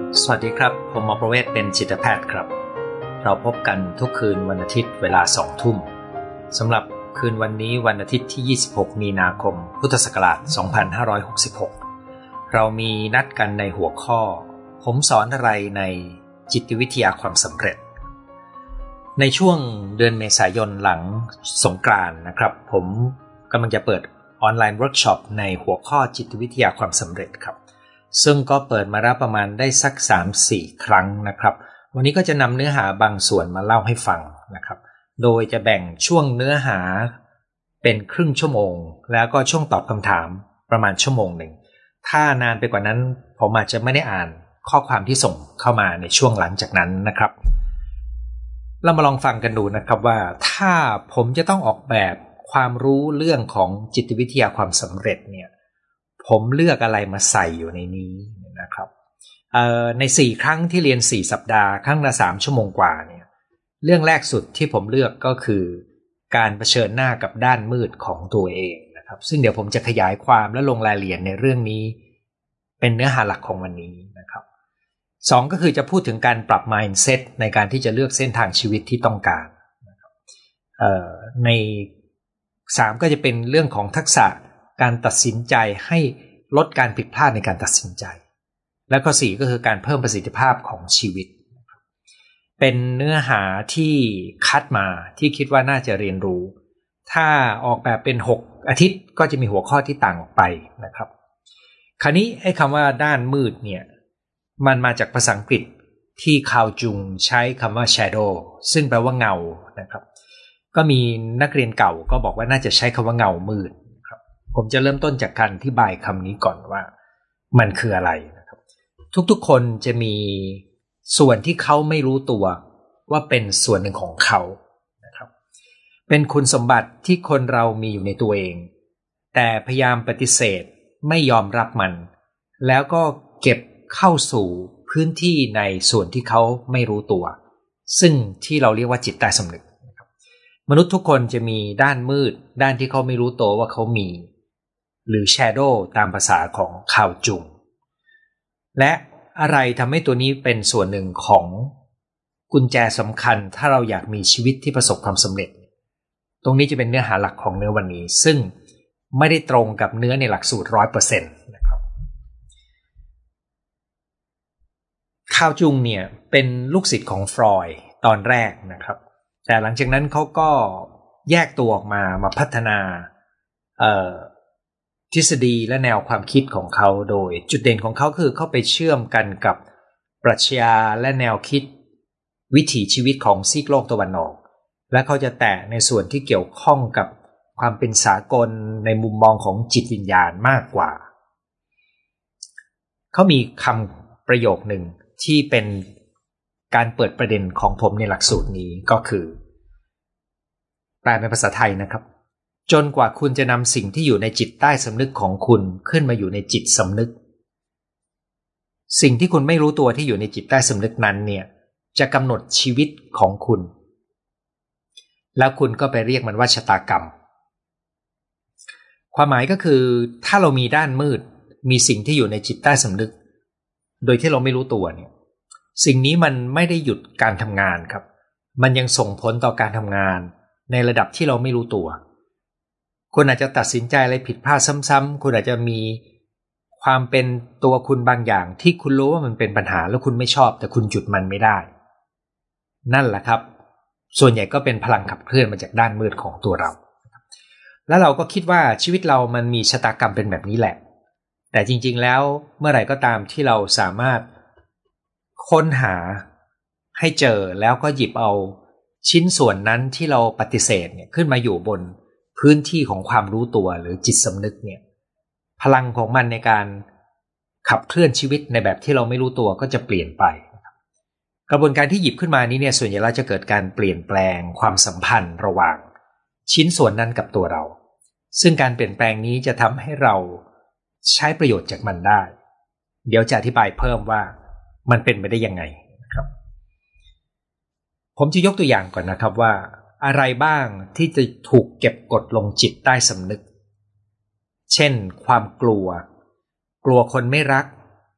สวัสดีครับผมหมอประเวศเป็นจิตแพทย์ครับเราพบกันทุกคืนวันอาทิตย์เวลา 20:00 น.สำหรับคืนวันนี้วันอาทิตย์ที่26มีนาคมพุทธศักราช2566เรามีนัดกันในหัวข้อผมสอนอะไรในจิตวิทยาความสำเร็จในช่วงเดือนเมษายนหลังสงกรานต์นะครับผมกำลังจะเปิดออนไลน์เวิร์กช็อปในหัวข้อจิตวิทยาความสำเร็จครับซึ่งก็เปิดมาแล้วประมาณได้สัก 3-4 ครั้งนะครับวันนี้ก็จะนำเนื้อหาบางส่วนมาเล่าให้ฟังนะครับโดยจะแบ่งช่วงเนื้อหาเป็นครึ่งชั่วโมงแล้วก็ช่วงตอบคำถามประมาณชั่วโมงหนึ่งถ้านานไปกว่านั้นผมอาจจะไม่ได้อ่านข้อความที่ส่งเข้ามาในช่วงหลังจากนั้นนะครับเรามาลองฟังกันดูนะครับว่าถ้าผมจะต้องออกแบบความรู้เรื่องของจิตวิทยาความสำเร็จเนี่ยผมเลือกอะไรมาใส่อยู่ในนี้นะครับใน4ครั้งที่เรียน4สัปดาห์ครั้งละ3ชั่วโมงกว่าเนี่ยเรื่องแรกสุดที่ผมเลือกก็คือการเผชิญหน้ากับด้านมืดของตัวเองนะครับซึ่งเดี๋ยวผมจะขยายความและลงรายละเอียดในเรื่องนี้เป็นเนื้อหาหลักของวันนี้นะครับ2ก็คือจะพูดถึงการปรับ mindset ในการที่จะเลือกเส้นทางชีวิตที่ต้องการนะครับใน3ก็จะเป็นเรื่องของทักษะการตัดสินใจให้ลดการผิดพลาดในการตัดสินใจแล้วก็4ก็คือการเพิ่มประสิทธิภาพของชีวิตเป็นเนื้อหาที่คัดมาที่คิดว่าน่าจะเรียนรู้ถ้าออกแบบเป็น6อาทิตย์ก็จะมีหัวข้อที่ต่างออกไปนะครับคราวนี้ไอ้คำว่าด้านมืดเนี่ยมันมาจากภาษาอังกฤษที่คาวจุงใช้คำว่า shadow ซึ่งแปลว่าเงานะครับก็มีนักเรียนเก่าก็บอกว่าน่าจะใช้คำว่าเงามืดครับผมจะเริ่มต้นจากการอธิบายคำนี้ก่อนว่ามันคืออะไรนะครับทุกๆคนจะมีส่วนที่เขาไม่รู้ตัวว่าเป็นส่วนหนึ่งของเขานะครับเป็นคุณสมบัติที่คนเรามีอยู่ในตัวเองแต่พยายามปฏิเสธไม่ยอมรับมันแล้วก็เก็บเข้าสู่พื้นที่ในส่วนที่เขาไม่รู้ตัวซึ่งที่เราเรียกว่าจิตใต้สำนึกนะครับมนุษย์ทุกคนจะมีด้านมืดด้านที่เขาไม่รู้ตัวว่าเขามีหรือ shadow ตามภาษาของคาวจุงและอะไรทำให้ตัวนี้เป็นส่วนหนึ่งของกุญแจสำคัญถ้าเราอยากมีชีวิตที่ประสบความสำเร็จตรงนี้จะเป็นเนื้อหาหลักของเนื้อวันนี้ซึ่งไม่ได้ตรงกับเนื้อในหลักสูตร 100% นะครับคาวจุงเนี่ยเป็นลูกศิษย์ของฟรอยด์ตอนแรกนะครับแต่หลังจากนั้นเขาก็แยกตัวออกมาพัฒนาทฤษฎีและแนวความคิดของเขาโดยจุดเด่นของเขาคือเข้าไปเชื่อมกันกับปรัชญาและแนวคิดวิถีชีวิตของซีกโลกตะวันออกและเขาจะแตะในส่วนที่เกี่ยวข้องกับความเป็นสากลในมุมมองของจิตวิญญาณมากกว่าเขามีคำประโยคหนึ่งที่เป็นการเปิดประเด็นของผมในหลักสูตรนี้ก็คือแปลเป็นภาษาไทยนะครับจนกว่าคุณจะนำสิ่งที่อยู่ในจิตใต้สำนึกของคุณขึ้นมาอยู่ในจิตสำนึกสิ่งที่คุณไม่รู้ตัวที่อยู่ในจิตใต้สำนึกนั้นเนี่ยจะกำหนดชีวิตของคุณแล้วคุณก็ไปเรียกมันว่าชะตากรรมความหมายก็คือถ้าเรามีด้านมืดมีสิ่งที่อยู่ในจิตใต้สำนึกโดยที่เราไม่รู้ตัวเนี่ยสิ่งนี้มันไม่ได้หยุดการทำงานครับมันยังส่งผลต่อการทำงานในระดับที่เราไม่รู้ตัวคุณอาจจะตัดสินใจอะไรผิดพลาดซ้ำๆคุณอาจจะมีความเป็นตัวคุณบางอย่างที่คุณรู้ว่ามันเป็นปัญหาแล้วคุณไม่ชอบแต่คุณหยุดมันไม่ได้นั่นแหละครับส่วนใหญ่ก็เป็นพลังขับเคลื่อนมาจากด้านมืดของตัวเราแล้วเราก็คิดว่าชีวิตเรามันมีชะตากรรมเป็นแบบนี้แหละแต่จริงๆแล้วเมื่อไหร่ก็ตามที่เราสามารถค้นหาให้เจอแล้วก็หยิบเอาชิ้นส่วนนั้นที่เราปฏิเสธเนี่ยขึ้นมาอยู่บนพื้นที่ของความรู้ตัวหรือจิตสำนึกเนี่ยพลังของมันในการขับเคลื่อนชีวิตในแบบที่เราไม่รู้ตัวก็จะเปลี่ยนไปกระบวนการที่หยิบขึ้นมานี้เนี่ยส่วนใหญ่เราจะเกิดการเปลี่ยนแปลงความสัมพันธ์ระหว่างชิ้นส่วนนั้นกับตัวเราซึ่งการเปลี่ยนแปลงนี้จะทำให้เราใช้ประโยชน์จากมันได้เดี๋ยวจะอธิบายเพิ่มว่ามันเป็นไปได้ยังไงนะครับผมจะยกตัวอย่างก่อนนะครับว่าอะไรบ้างที่จะถูกเก็บกดลงจิตใต้สำนึกเช่นความกลัวคนไม่รัก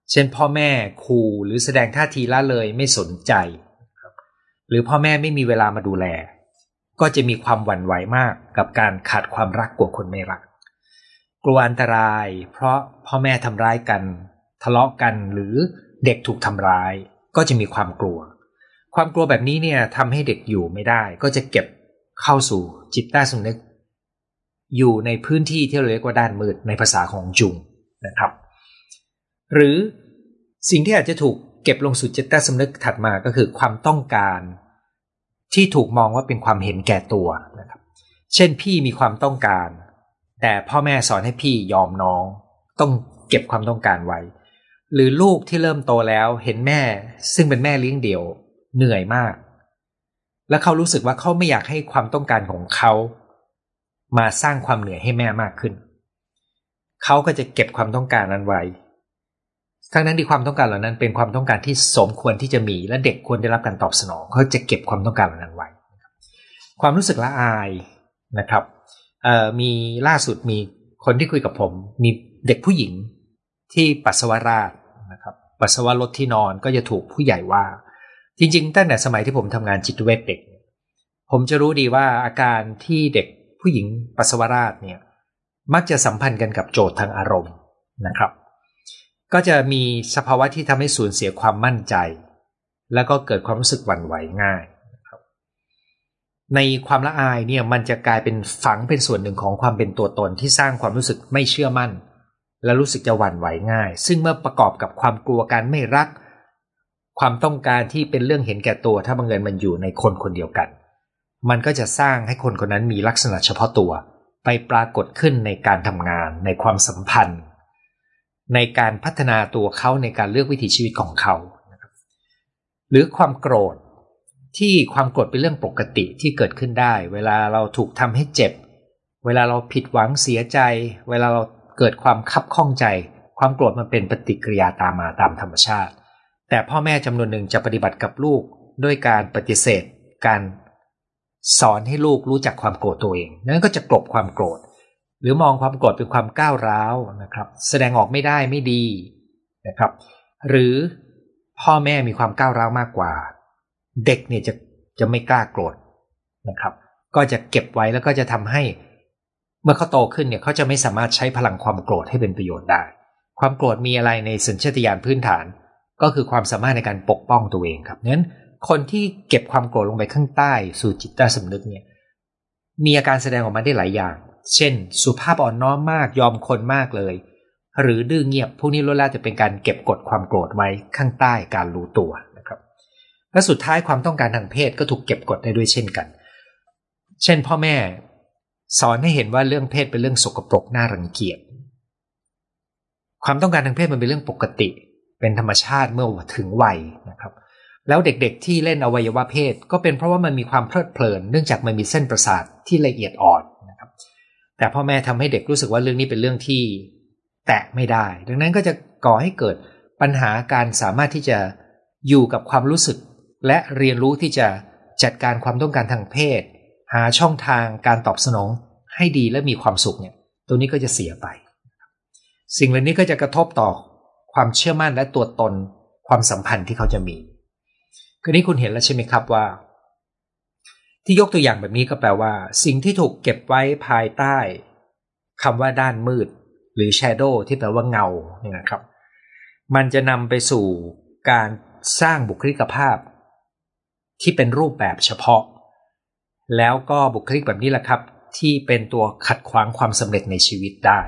เช่นพ่อแม่ขู่หรือแสดงท่าทีละเลยไม่สนใจหรือพ่อแม่ไม่มีเวลามาดูแลก็จะมีความหวั่นไหวมากกับการขาดความรักกลัวคนไม่รักกลัวอันตรายเพราะพ่อแม่ทำร้ายกันทะเลาะกันหรือเด็กถูกทำร้ายก็จะมีความกลัวแบบนี้เนี่ยทำให้เด็กอยู่ไม่ได้ก็จะเก็บเข้าสู่จิตใต้สำนึกอยู่ในพื้นที่ที่เราเรียกว่าด้านมืดในภาษาของจุงนะครับหรือสิ่งที่อาจจะถูกเก็บลงสู่จิตใต้สำนึกถัดมาก็คือความต้องการที่ถูกมองว่าเป็นความเห็นแก่ตัวนะครับเช่นพี่มีความต้องการแต่พ่อแม่สอนให้พี่ยอมน้องต้องเก็บความต้องการไว้หรือลูกที่เริ่มโตแล้วเห็นแม่ซึ่งเป็นแม่เลี้ยงเดี่ยวเหนื่อยมากและเขารู้สึกว่าเขาไม่อยากให้ความต้องการของเขามาสร้างความเหนื่อยให้แม่มากขึ้นเขาก็จะเก็บความต้องการนั้นไว้ทั้งนั้นที่ความต้องการเหล่านั้นเป็นความต้องการที่สมควรที่จะมีและเด็กควรได้รับการตอบสนองเขาจะเก็บความต้องการเหล่านั้นไว้ความรู้สึกละอายนะครับมีล่าสุดมีคนที่คุยกับผมมีเด็กผู้หญิงที่ปัสสาวะราดนะครับปัสสาวะลดที่นอนก็จะถูกผู้ใหญ่ว่าจริงๆตั้งแต่สมัยที่ผมทำงานจิตเวชเด็กผมจะรู้ดีว่าอาการที่เด็กผู้หญิงปัสสาวะราดเนี่ยมักจะสัมพันธ์กันกับโจทย์ทางอารมณ์นะครับก็จะมีสภาวะที่ทำให้สูญเสียความมั่นใจแล้วก็เกิดความรู้สึกหวั่นไหวง่ายนะครับในความละอายเนี่ยมันจะกลายเป็นฝังเป็นส่วนหนึ่งของความเป็นตัวตนที่สร้างความรู้สึกไม่เชื่อมั่นและรู้สึกจะหวั่นไหวง่ายซึ่งเมื่อประกอบกับความกลัวการไม่รักความต้องการที่เป็นเรื่องเห็นแก่ตัวถ้าบังเอิญมันอยู่ในคนคนเดียวกันมันก็จะสร้างให้คนคนนั้นมีลักษณะเฉพาะตัวไปปรากฏขึ้นในการทำงานในความสัมพันธ์ในการพัฒนาตัวเขาในการเลือกวิถีชีวิตของเขานะครับหรือความโกรธที่ความโกรธเป็นเรื่องปกติที่เกิดขึ้นได้เวลาเราถูกทำให้เจ็บเวลาเราผิดหวังเสียใจเวลาเราเกิดความคับข้องใจความโกรธมันเป็นปฏิกิริยาตามมาตามธรรมชาติแต่พ่อแม่จำนวนหนึ่งจะปฏิบัติกับลูกด้วยการปฏิเสธการสอนให้ลูกรู้จักความโกรธตัวเองนั้นก็จะกลบความโกรธหรือมองความโกรธเป็นความก้าวร้าวนะครับแสดงออกไม่ได้ไม่ดีนะครับหรือพ่อแม่มีความก้าวร้าวมากกว่าเด็กเนี่ยจะไม่กล้าโกรธนะครับก็จะเก็บไว้แล้วก็จะทำให้เมื่อเขาโตขึ้นเนี่ยเขาจะไม่สามารถใช้พลังความโกรธให้เป็นประโยชน์ได้ความโกรธมีอะไรในสัญชาตญาณพื้นฐานก็คือความสามารถในการปกป้องตัวเองครับงั้นคนที่เก็บความโกรธลงไปข้างใต้สู่จิตใต้สำนึกเนี่ยมีอาการแสดงออกมาได้หลายอย่างเช่นสุภาพอ่อนน้อมมากยอมคนมากเลยหรือดื้อเงียบพวกนี้ล้วนแล้วจะเป็นการเก็บกดความโกรธไว้ข้างใต้การรู้ตัวนะครับและสุดท้ายความต้องการทางเพศก็ถูกเก็บกดได้ด้วยเช่นกันเช่นพ่อแม่สอนให้เห็นว่าเรื่องเพศเป็นเรื่องสกปรกน่ารังเกียจความต้องการทางเพศมันเป็นเรื่องปกติเป็นธรรมชาติเมื่อถึงวัยนะครับแล้วเด็กๆที่เล่นอวัยวะเพศก็เป็นเพราะว่ามันมีความเพลิดเพลินเนื่องจากมันมีเส้นประสาทที่ละเอียดอ่อนนะครับแต่พ่อแม่ทำให้เด็กรู้สึกว่าเรื่องนี้เป็นเรื่องที่แตะไม่ได้ดังนั้นก็จะก่อให้เกิดปัญหาการสามารถที่จะอยู่กับความรู้สึกและเรียนรู้ที่จะจัดการความต้องการทางเพศหาช่องทางการตอบสนองให้ดีและมีความสุขเนี่ยตัวนี้ก็จะเสียไปสิ่งเหล่านี้ก็จะกระทบต่อความเชื่อมั่นและตัวตนความสัมพันธ์ที่เขาจะมีคือนี้คุณเห็นแล้วใช่ไหมครับว่าที่ยกตัวอย่างแบบนี้ก็แปลว่าสิ่งที่ถูกเก็บไว้ภายใต้คำว่าด้านมืดหรือ shadow ที่แปลว่าเงาเนี่ยนะครับมันจะนำไปสู่การสร้างบุคลิกภาพที่เป็นรูปแบบเฉพาะแล้วก็บุคลิกแบบนี้แหละครับที่เป็นตัวขัดขวางความสำเร็จในชีวิตได้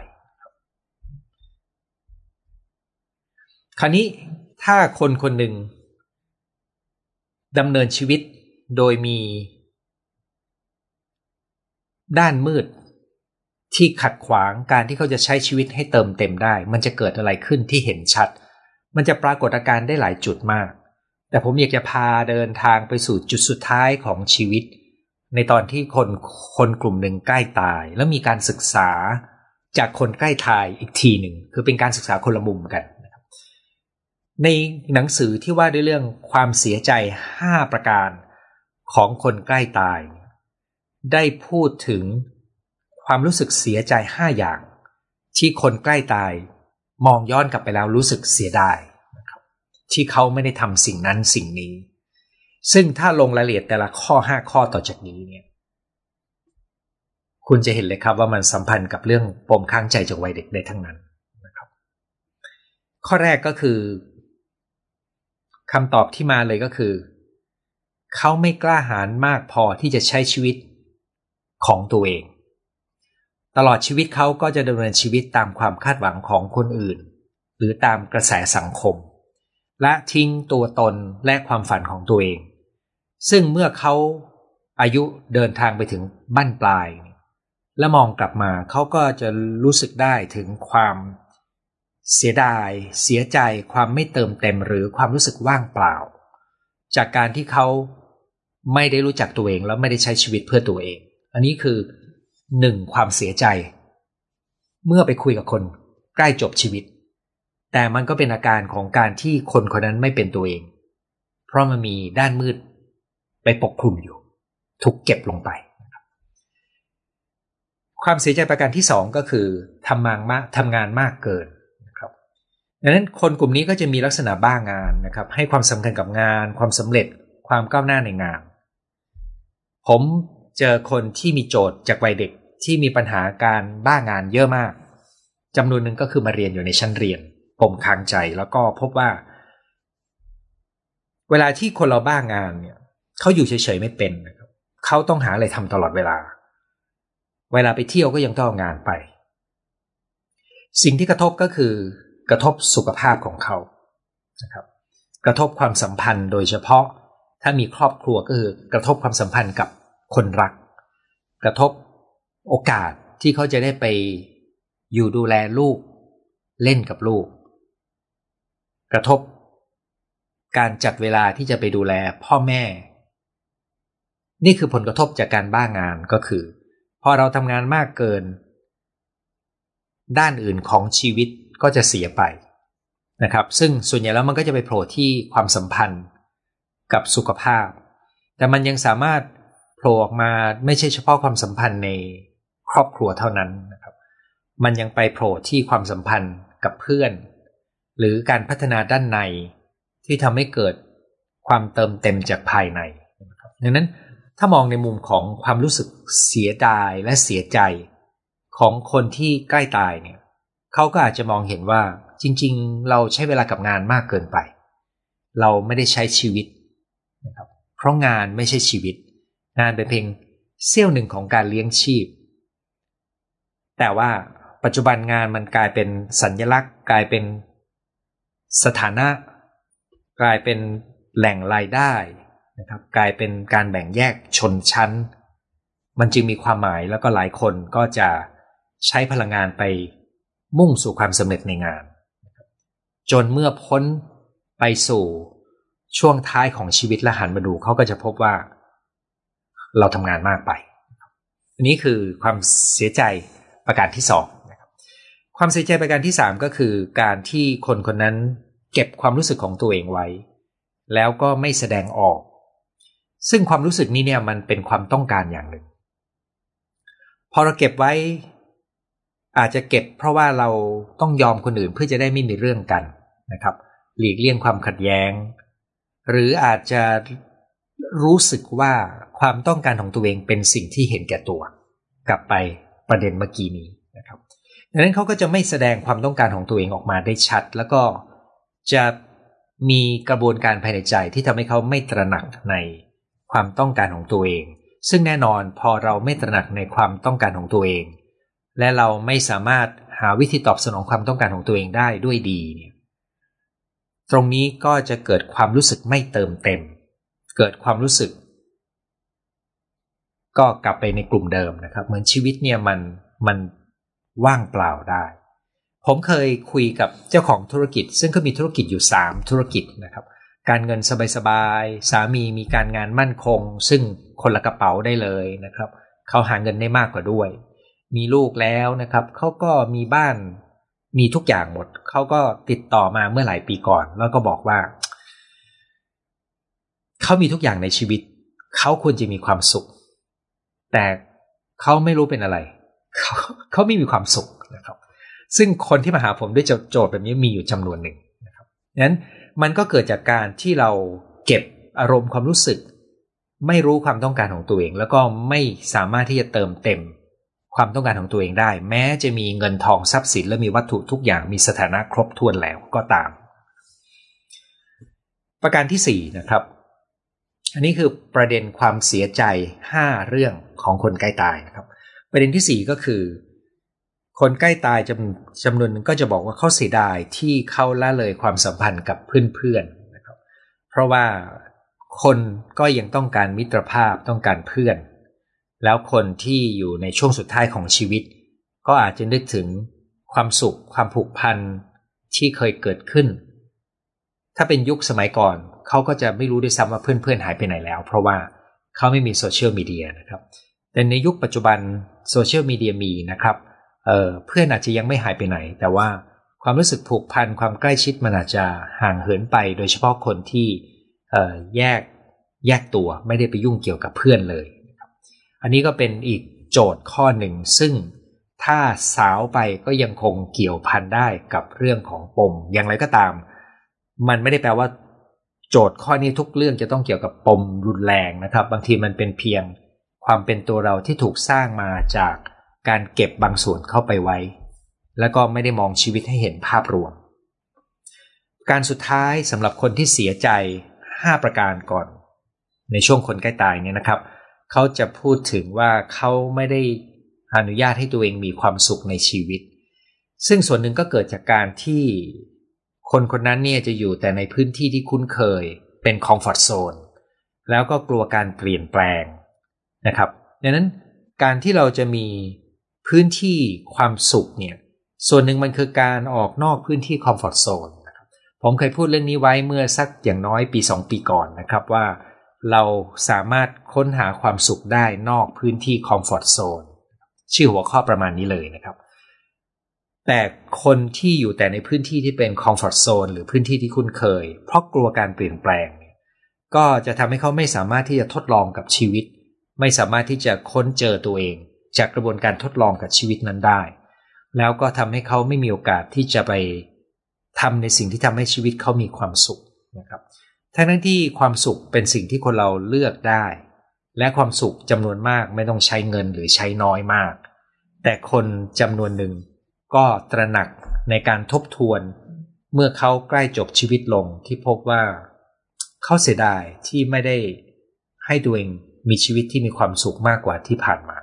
คราวนี้ถ้าคนคนหนึ่งดำเนินชีวิตโดยมีด้านมืดที่ขัดขวางการที่เขาจะใช้ชีวิตให้เติมเต็มได้มันจะเกิดอะไรขึ้นที่เห็นชัดมันจะปรากฏอาการได้หลายจุดมากแต่ผมอยากจะพาเดินทางไปสู่จุดสุดท้ายของชีวิตในตอนที่คนกลุ่มหนึ่งใกล้ตายแล้วมีการศึกษาจากคนใกล้ตายอีกทีหนึ่งคือเป็นการศึกษาคนละมุมกันนะครับในหนังสือที่ว่าด้วยเรื่องความเสียใจ5ประการของคนใกล้ตายได้พูดถึงความรู้สึกเสียใจ5อย่างที่คนใกล้ตายมองย้อนกลับไปแล้วรู้สึกเสียดายที่เขาไม่ได้ทำสิ่งนั้นสิ่งนี้ซึ่งถ้าลงรายละเอียดแต่ละข้อ5ข้อต่อจากนี้เนี่ยคุณจะเห็นเลยครับว่ามันสัมพันธ์กับเรื่องปมข้างใจจากวัยเด็กได้ทั้งนั้นนะครับข้อแรกก็คือคำตอบที่มาเลยก็คือเขาไม่กล้าหาญมากพอที่จะใช้ชีวิตของตัวเองตลอดชีวิตเขาก็จะดำเนินชีวิตตามความคาดหวังของคนอื่นหรือตามกระแสสังคมและทิ้งตัวตนและความฝันของตัวเองซึ่งเมื่อเขาอายุเดินทางไปถึงบั้นปลายและมองกลับมาเขาก็จะรู้สึกได้ถึงความเสียดายเสียใจความไม่เติมเต็มหรือความรู้สึกว่างเปล่าจากการที่เขาไม่ได้รู้จักตัวเองแล้วไม่ได้ใช้ชีวิตเพื่อตัวเองอันนี้คือ1ความเสียใจเมื่อไปคุยกับคนใกล้จบชีวิตแต่มันก็เป็นอาการของการที่คนคนนั้นไม่เป็นตัวเองเพราะมันมีด้านมืดไปปกคลุมอยู่ถูกเก็บลงไปความเสียใจประการที่2ก็คือทำงานมากเกินนะครับดังนั้นคนกลุ่มนี้ก็จะมีลักษณะบ้างานนะครับให้ความสำคัญกับงานความสำเร็จความก้าวหน้าในงานผมเจอคนที่มีโจทย์จากวัยเด็กที่มีปัญหาการบ้างานเยอะมากจำนวนหนึ่งก็คือมาเรียนอยู่ในชั้นเรียนปมค้างใจแล้วก็พบว่าเวลาที่คนเราบ้างานเนี่ยเขาอยู่เฉยๆไม่เป็นนะครับเขาต้องหาอะไรทำตลอดเวลาไปเที่ยวก็ยังต้องเอางานไปสิ่งที่กระทบก็คือกระทบสุขภาพของเขานะครับกระทบความสัมพันธ์โดยเฉพาะถ้ามีครอบครัวก็คือกระทบความสัมพันธ์กับคนรักกระทบโอกาสที่เขาจะได้ไปอยู่ดูแลลูกเล่นกับลูกกระทบการจัดเวลาที่จะไปดูแลพ่อแม่นี่คือผลกระทบจากการบ้างานก็คือพอเราทำงานมากเกินด้านอื่นของชีวิตก็จะเสียไปนะครับซึ่งส่วนใหญ่แล้วมันก็จะไปโผล่ที่ความสัมพันธ์กับสุขภาพแต่มันยังสามารถโผล่ออกมาไม่ใช่เฉพาะความสัมพันธ์ในครอบครัวเท่านั้นนะครับมันยังไปโผล่ที่ความสัมพันธ์กับเพื่อนหรือการพัฒนาด้านในที่ทำให้เกิดความเติมเต็มจากภายในนะครับดังนั้นถ้ามองในมุมของความรู้สึกเสียดายและเสียใจของคนที่ใกล้ตายเนี่ยเขาก็อาจจะมองเห็นว่าจริงๆเราใช้เวลากับงานมากเกินไปเราไม่ได้ใช้ชีวิตนะครับเพราะงานไม่ใช่ชีวิตงานเป็นเพียงเสี้ยวหนึ่งของการเลี้ยงชีพแต่ว่าปัจจุบันงานมันกลายเป็นสัญลักษณ์กลายเป็นสถานะกลายเป็นแหล่งรายได้นะครับกลายเป็นการแบ่งแยกชนชั้นมันจึงมีความหมายแล้วก็หลายคนก็จะใช้พลังงานไปมุ่งสู่ความสำเร็จในงานจนเมื่อพ้นไปสู่ช่วงท้ายของชีวิตและหันมาดูเขาก็จะพบว่าเราทำงานมากไปอันนี้คือความเสียใจประการที่2นะครับความเสียใจประการที่3ก็คือการที่คนคนนั้นเก็บความรู้สึกของตัวเองไว้แล้วก็ไม่แสดงออกซึ่งความรู้สึกนี้เนี่ยมันเป็นความต้องการอย่างหนึ่งพอเราเก็บไว้อาจจะเก็บเพราะว่าเราต้องยอมคนอื่นเพื่อจะได้ไม่มีเรื่องกันนะครับหลีกเลี่ยงความขัดแย้งหรืออาจจะรู้สึกว่าความต้องการของตัวเองเป็นสิ่งที่เห็นแก่ตัวกลับไปประเด็นเมื่อกี้นี้นะครับดังนั้นเขาก็จะไม่แสดงความต้องการของตัวเองออกมาได้ชัดแล้วก็จะมีกระบวนการภายในใจที่ทำให้เขาไม่ตระหนักในความต้องการของตัวเองซึ่งแน่นอนพอเราไม่ตระหนักในความต้องการของตัวเองและเราไม่สามารถหาวิธีตอบสนองความต้องการของตัวเองได้ด้วยดีเนี่ยตรงนี้ก็จะเกิดความรู้สึกไม่เติมเต็มเกิดความรู้สึกก็กลับไปในกลุ่มเดิมนะครับเหมือนชีวิตเนี่ยมันว่างเปล่าได้ผมเคยคุยกับเจ้าของธุรกิจซึ่งก็มีธุรกิจอยู่3ธุรกิจนะครับการเงินสบายๆสามีมีการงานมั่นคงซึ่งคนละกระเป๋าได้เลยนะครับเขาหาเงินได้มากกว่าด้วยมีลูกแล้วนะครับเขาก็มีบ้านมีทุกอย่างหมดเขาก็ติดต่อมาเมื่อหลายปีก่อนแล้วก็บอกว่าเขามีทุกอย่างในชีวิตเขาควรจะมีความสุขแต่เขาไม่รู้เป็นอะไรเขาไม่มีความสุขนะครับซึ่งคนที่มาหาผมด้วยโจทย์แบบนี้มีอยู่จำนวนหนึ่งนะครับงั้นมันก็เกิดจากการที่เราเก็บอารมณ์ความรู้สึกไม่รู้ความต้องการของตัวเองแล้วก็ไม่สามารถที่จะเติมเต็มความต้องการของตัวเองได้แม้จะมีเงินทองทรัพย์สินและมีวัตถุทุกอย่างมีสถานะครบถ้วนแล้วก็ตามประการที่4นะครับอันนี้คือประเด็นความเสียใจ5เรื่องของคนใกล้ตายนะครับประเด็นที่4ก็คือคนใกล้ตายจำนวนนึงก็จะบอกว่าเขาเสียดายที่เขาละเลยความสัมพันธ์กับเพื่อนๆนะครับเพราะว่าคนก็ยังต้องการมิตรภาพต้องการเพื่อนแล้วคนที่อยู่ในช่วงสุดท้ายของชีวิตก็อาจจะนึกถึงความสุขความผูกพันที่เคยเกิดขึ้นถ้าเป็นยุคสมัยก่อนเขาก็จะไม่รู้ด้วยซ้ำว่าเพื่อนๆหายไปไหนแล้วเพราะว่าเขาไม่มีโซเชียลมีเดียนะครับแต่ในยุคปัจจุบันโซเชียลมีเดียมีนะครับเพื่อนอาจจะยังไม่หายไปไหนแต่ว่าความรู้สึกผูกพันความใกล้ชิดมันอาจจะห่างเหินไปโดยเฉพาะคนที่แยกตัวไม่ได้ไปยุ่งเกี่ยวกับเพื่อนเลยนะครับอันนี้ก็เป็นอีกโจทย์ข้อหนึ่งซึ่งถ้าสาวไปก็ยังคงเกี่ยวพันได้กับเรื่องของปมอย่างไรก็ตามมันไม่ได้แปลว่าโจทย์ข้อนี้ทุกเรื่องจะต้องเกี่ยวกับปมรุนแรงนะครับบางทีมันเป็นเพียงความเป็นตัวเราที่ถูกสร้างมาจากการเก็บบางส่วนเข้าไปไว้แล้วก็ไม่ได้มองชีวิตให้เห็นภาพรวมการสุดท้ายสำหรับคนที่เสียใจ5ประการก่อนในช่วงคนใกล้ตายเนี่ยนะครับเขาจะพูดถึงว่าเขาไม่ได้อนุญาตให้ตัวเองมีความสุขในชีวิตซึ่งส่วนหนึ่งก็เกิดจากการที่คนคนนั้นเนี่ยจะอยู่แต่ในพื้นที่ที่คุ้นเคยเป็นคอมฟอร์ตโซนแล้วก็กลัวการเปลี่ยนแปลงนะครับดังนั้นการที่เราจะมีพื้นที่ความสุขเนี่ยส่วนหนึ่งมันคือการออกนอกพื้นที่คอมฟอร์ตโซนนะครับผมเคยพูดเรื่องนี้ไว้เมื่อสักอย่างน้อยปี2ปีก่อนนะครับว่าเราสามารถค้นหาความสุขได้นอกพื้นที่คอมฟอร์ตโซนชื่อหัวข้อประมาณนี้เลยนะครับแต่คนที่อยู่แต่ในพื้นที่ที่เป็นคอมฟอร์ตโซนหรือพื้นที่ที่คุ้นเคยเพราะกลัวการเปลี่ยนแปลงก็จะทำให้เขาไม่สามารถที่จะทดลองกับชีวิตไม่สามารถที่จะค้นเจอตัวเองจากกระบวนการทดลองกับชีวิตนั้นได้แล้วก็ทำให้เขาไม่มีโอกาสที่จะไปทำในสิ่งที่ทำให้ชีวิตเขามีความสุขนะครับทั้งที่ความสุขเป็นสิ่งที่คนเราเลือกได้และความสุขจำนวนมากไม่ต้องใช้เงินหรือใช้น้อยมากแต่คนจำนวนหนึ่งก็ตระหนักในการทบทวนเมื่อเขาใกล้จบชีวิตลงที่พบว่าเขาเสียดายที่ไม่ได้ให้ตัวเองมีชีวิตที่มีความสุขมากกว่าที่ผ่านมา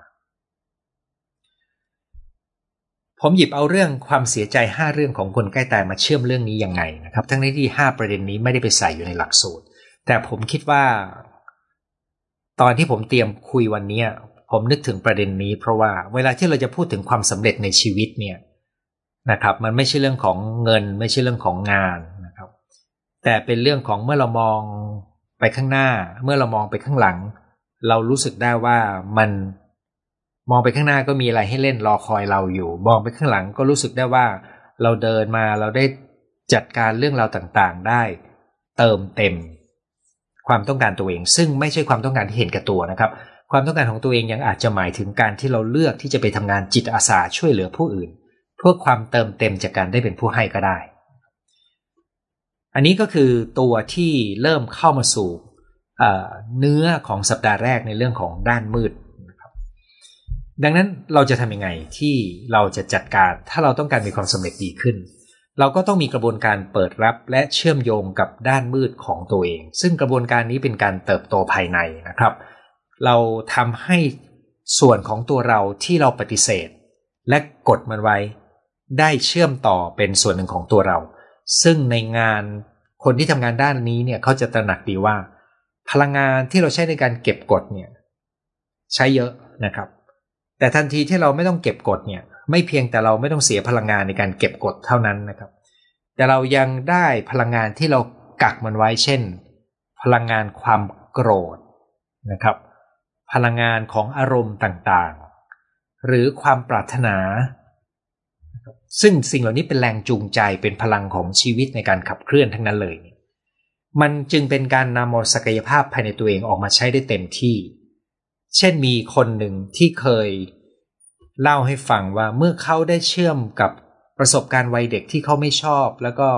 ผมหยิบเอาเรื่องความเสียใจ5เรื่องของคนใกล้ตายมาเชื่อมเรื่องนี้ยังไงนะครับทั้งที่5ประเด็นนี้ไม่ได้ไปใส่อยู่ในหลักสูตรแต่ผมคิดว่าตอนที่ผมเตรียมคุยวันนี้ผมนึกถึงประเด็นนี้เพราะว่าเวลาที่เราจะพูดถึงความสำเร็จในชีวิตเนี่ยนะครับมันไม่ใช่เรื่องของเงินไม่ใช่เรื่องของงานนะครับแต่เป็นเรื่องของเมื่อเรามองไปข้างหน้าเมื่อเรามองไปข้างหลังเรารู้สึกได้ว่ามันมองไปข้างหน้าก็มีอะไรให้เล่นรอคอยเราอยู่มองไปข้างหลังก็รู้สึกได้ว่าเราเดินมาเราได้จัดการเรื่องราวต่างๆได้เติมเต็มความต้องการตัวเองซึ่งไม่ใช่ความต้องการที่เห็นแก่ตัวนะครับความต้องการของตัวเองยังอาจจะหมายถึงการที่เราเลือกที่จะไปทำงานจิตอาสาช่วยเหลือผู้อื่นเพื่อความเติมเต็มจากการได้เป็นผู้ให้ก็ได้อันนี้ก็คือตัวที่เริ่มเข้ามาสู่เนื้อของสัปดาห์แรกในเรื่องของด้านมืดนะครับดังนั้นเราจะทำยังไงที่เราจะจัดการถ้าเราต้องการมีความสำเร็จดีขึ้นเราก็ต้องมีกระบวนการเปิดรับและเชื่อมโยงกับด้านมืดของตัวเองซึ่งกระบวนการนี้เป็นการเติบโตภายในนะครับเราทำให้ส่วนของตัวเราที่เราปฏิเสธและกดมันไว้ได้เชื่อมต่อเป็นส่วนหนึ่งของตัวเราซึ่งในงานคนที่ทำงานด้านนี้เนี่ยเขาจะตระหนักดีว่าพลังงานที่เราใช้ในการเก็บกดเนี่ยใช้เยอะนะครับแต่ทันทีที่เราไม่ต้องเก็บกดเนี่ยไม่เพียงแต่เราไม่ต้องเสียพลังงานในการเก็บกดเท่านั้นนะครับแต่เรายังได้พลังงานที่เรากักมันไว้เช่นพลังงานความโกรธนะครับพลังงานของอารมณ์ต่างๆหรือความปรารถนาซึ่งสิ่งเหล่านี้เป็นแรงจูงใจเป็นพลังของชีวิตในการขับเคลื่อนทั้งนั้นเลยมันจึงเป็นการนำเอาศักยภาพภายในตัวเองออกมาใช้ได้เต็มที่เช่นมีคนหนึ่งที่เคยเล่าให้ฟังว่าเมื่อเขาได้เชื่อมกับประสบการณ์วัยเด็กที่เขาไม่ชอบแล้วก็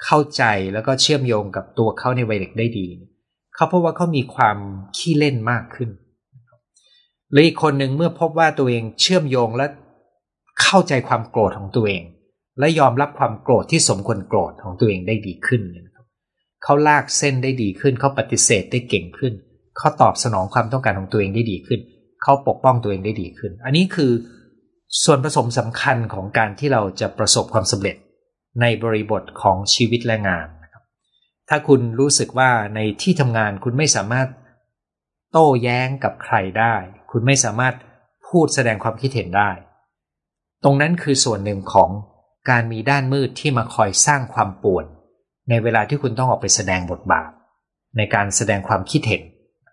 เข้าใจแล้วก็เชื่อมโยงกับตัวเขาในวัยเด็กได้ดีเขาพบว่าเขามีความขี้เล่นมากขึ้นหรืออีกคนหนึ่งเมื่อพบว่าตัวเองเชื่อมโยงและเข้าใจความโกรธของตัวเองและยอมรับความโกรธที่สมควรโกรธของตัวเองได้ดีขึ้นนะครับเขาลากเส้นได้ดีขึ้นเขาปฏิเสธได้เก่งขึ้นเขาตอบสนองความต้องการของตัวเองได้ดีขึ้นเขาปกป้องตัวเองได้ดีขึ้นอันนี้คือส่วนผสมสำคัญของการที่เราจะประสบความสำเร็จในบริบทของชีวิตและงานนะครับถ้าคุณรู้สึกว่าในที่ทำงานคุณไม่สามารถโต้แย้งกับใครได้คุณไม่สามารถพูดแสดงความคิดเห็นได้ตรงนั้นคือส่วนหนึ่งของการมีด้านมืดที่มาคอยสร้างความป่วนในเวลาที่คุณต้องออกไปแสดงบทบาทในการแสดงความคิดเห็น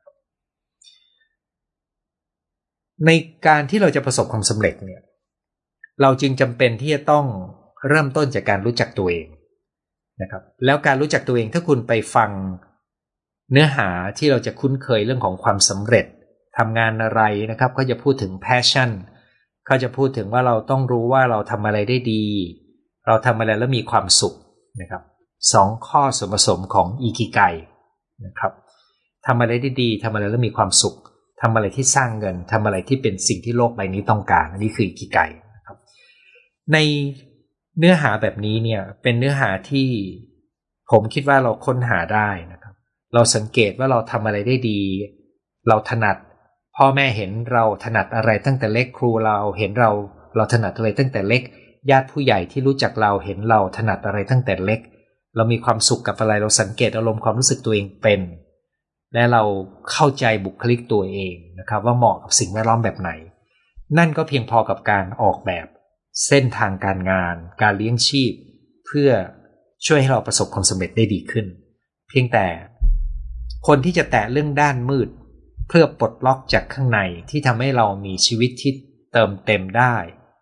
ในการที่เราจะประสบความสำเร็จเนี่ยเราจึงจำเป็นที่จะต้องเริ่มต้นจากการรู้จักตัวเองนะครับแล้วการรู้จักตัวเองถ้าคุณไปฟังเนื้อหาที่เราจะคุ้นเคยเรื่องของความสำเร็จทำงานอะไรนะครับก็จะพูดถึง passion เขาจะพูดถึงว่าเราต้องรู้ว่าเราทำอะไรได้ดีเราทำอะไรแล้วมีความสุขนะครับ2ข้อส่วนผสมของอิคิไกนะครับทำอะไรได้ดีทำอะไรแล้วมีความสุขทำอะไรที่สร้างเงินทำอะไรที่เป็นสิ่งที่โลกใบนี้ต้องการอันนี้คืออิคิไกนะครับในเนื้อหาแบบนี้เนี่ยเป็นเนื้อหาที่ผมคิดว่าเราค้นหาได้นะครับเราสังเกตว่าเราทำอะไรได้ดีเราถนัดพ่อแม่เห็นเราถนัดอะไรตั้งแต่เล็กครูเราเห็นเราถนัดอะไรตั้งแต่เล็กญาติผู้ใหญ่ที่รู้จักเราเห็นเราถนัดอะไรตั้งแต่เล็กเรามีความสุขกับอะไรเราสังเกตอารมณ์ความรู้สึกตัวเองเป็นและเราเข้าใจบุคลิกตัวเองนะครับว่าเหมาะกับสิ่งแวดล้อมแบบไหนนั่นก็เพียงพอกับการออกแบบเส้นทางการงานการเลี้ยงชีพเพื่อช่วยให้เราประสบความสำเร็จได้ดีขึ้นเพียงแต่คนที่จะแตะเรื่องด้านมืดเพื่อปลดล็อกจากข้างในที่ทำให้เรามีชีวิตที่เติมเต็มได้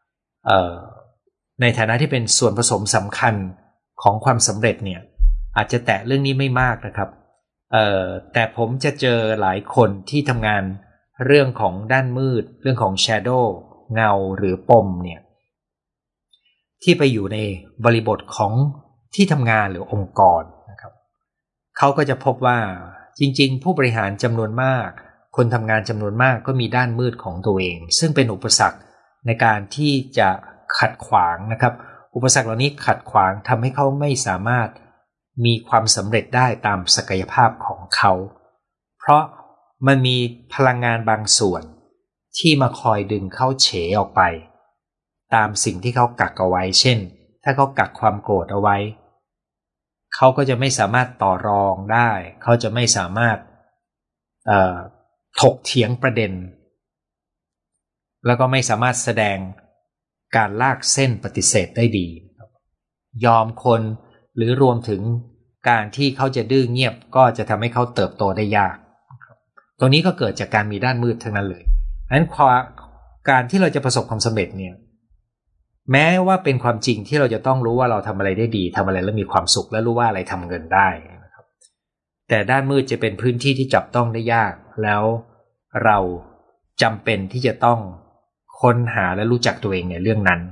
ในฐานะที่เป็นส่วนผสมสำคัญของความสำเร็จเนี่ยอาจจะแตะเรื่องนี้ไม่มากนะครับแต่ผมจะเจอหลายคนที่ทำงานเรื่องของด้านมืดเรื่องของ shadow เงาหรือปมเนี่ยที่ไปอยู่ในบริบทของที่ทำงานหรือองค์กรนะครับเขาก็จะพบว่าจริงๆผู้บริหารจำนวนมากคนทำงานจำนวนมากก็มีด้านมืดของตัวเองซึ่งเป็นอุปสรรคในการที่จะขัดขวางนะครับอุปสรรคเหล่านี้ขัดขวางทำให้เขาไม่สามารถมีความสำเร็จได้ตามศักยภาพของเขาเพราะมันมีพลังงานบางส่วนที่มาคอยดึงเขาเฉออกไปตามสิ่งที่เขากักเอาไว้เช่นถ้าเขากักความโกรธเอาไว้เขาก็จะไม่สามารถต่อรองได้เขาจะไม่สามารถถกเถียงประเด็นแล้วก็ไม่สามารถแสดงการลากเส้นปฏิเสธได้ดียอมคนหรือรวมถึงการที่เขาจะดื้อเงียบก็จะทำให้เขาเติบโตได้ยากตรงนี้ก็เกิดจากการมีด้านมืดทั้งนั้นเลยฉะนั้นการที่เราจะประสบความสำเร็จเนี่ยแม้ว่าเป็นความจริงที่เราจะต้องรู้ว่าเราทำอะไรได้ดีทำอะไรแล้วมีความสุขและรู้ว่าอะไรทำเงินได้นะครับแต่ด้านมืดจะเป็นพื้นที่ที่จับต้องได้ยากแล้วเราจำเป็นที่จะต้องค้นหาและรู้จักตัวเองในเรื่องนั้น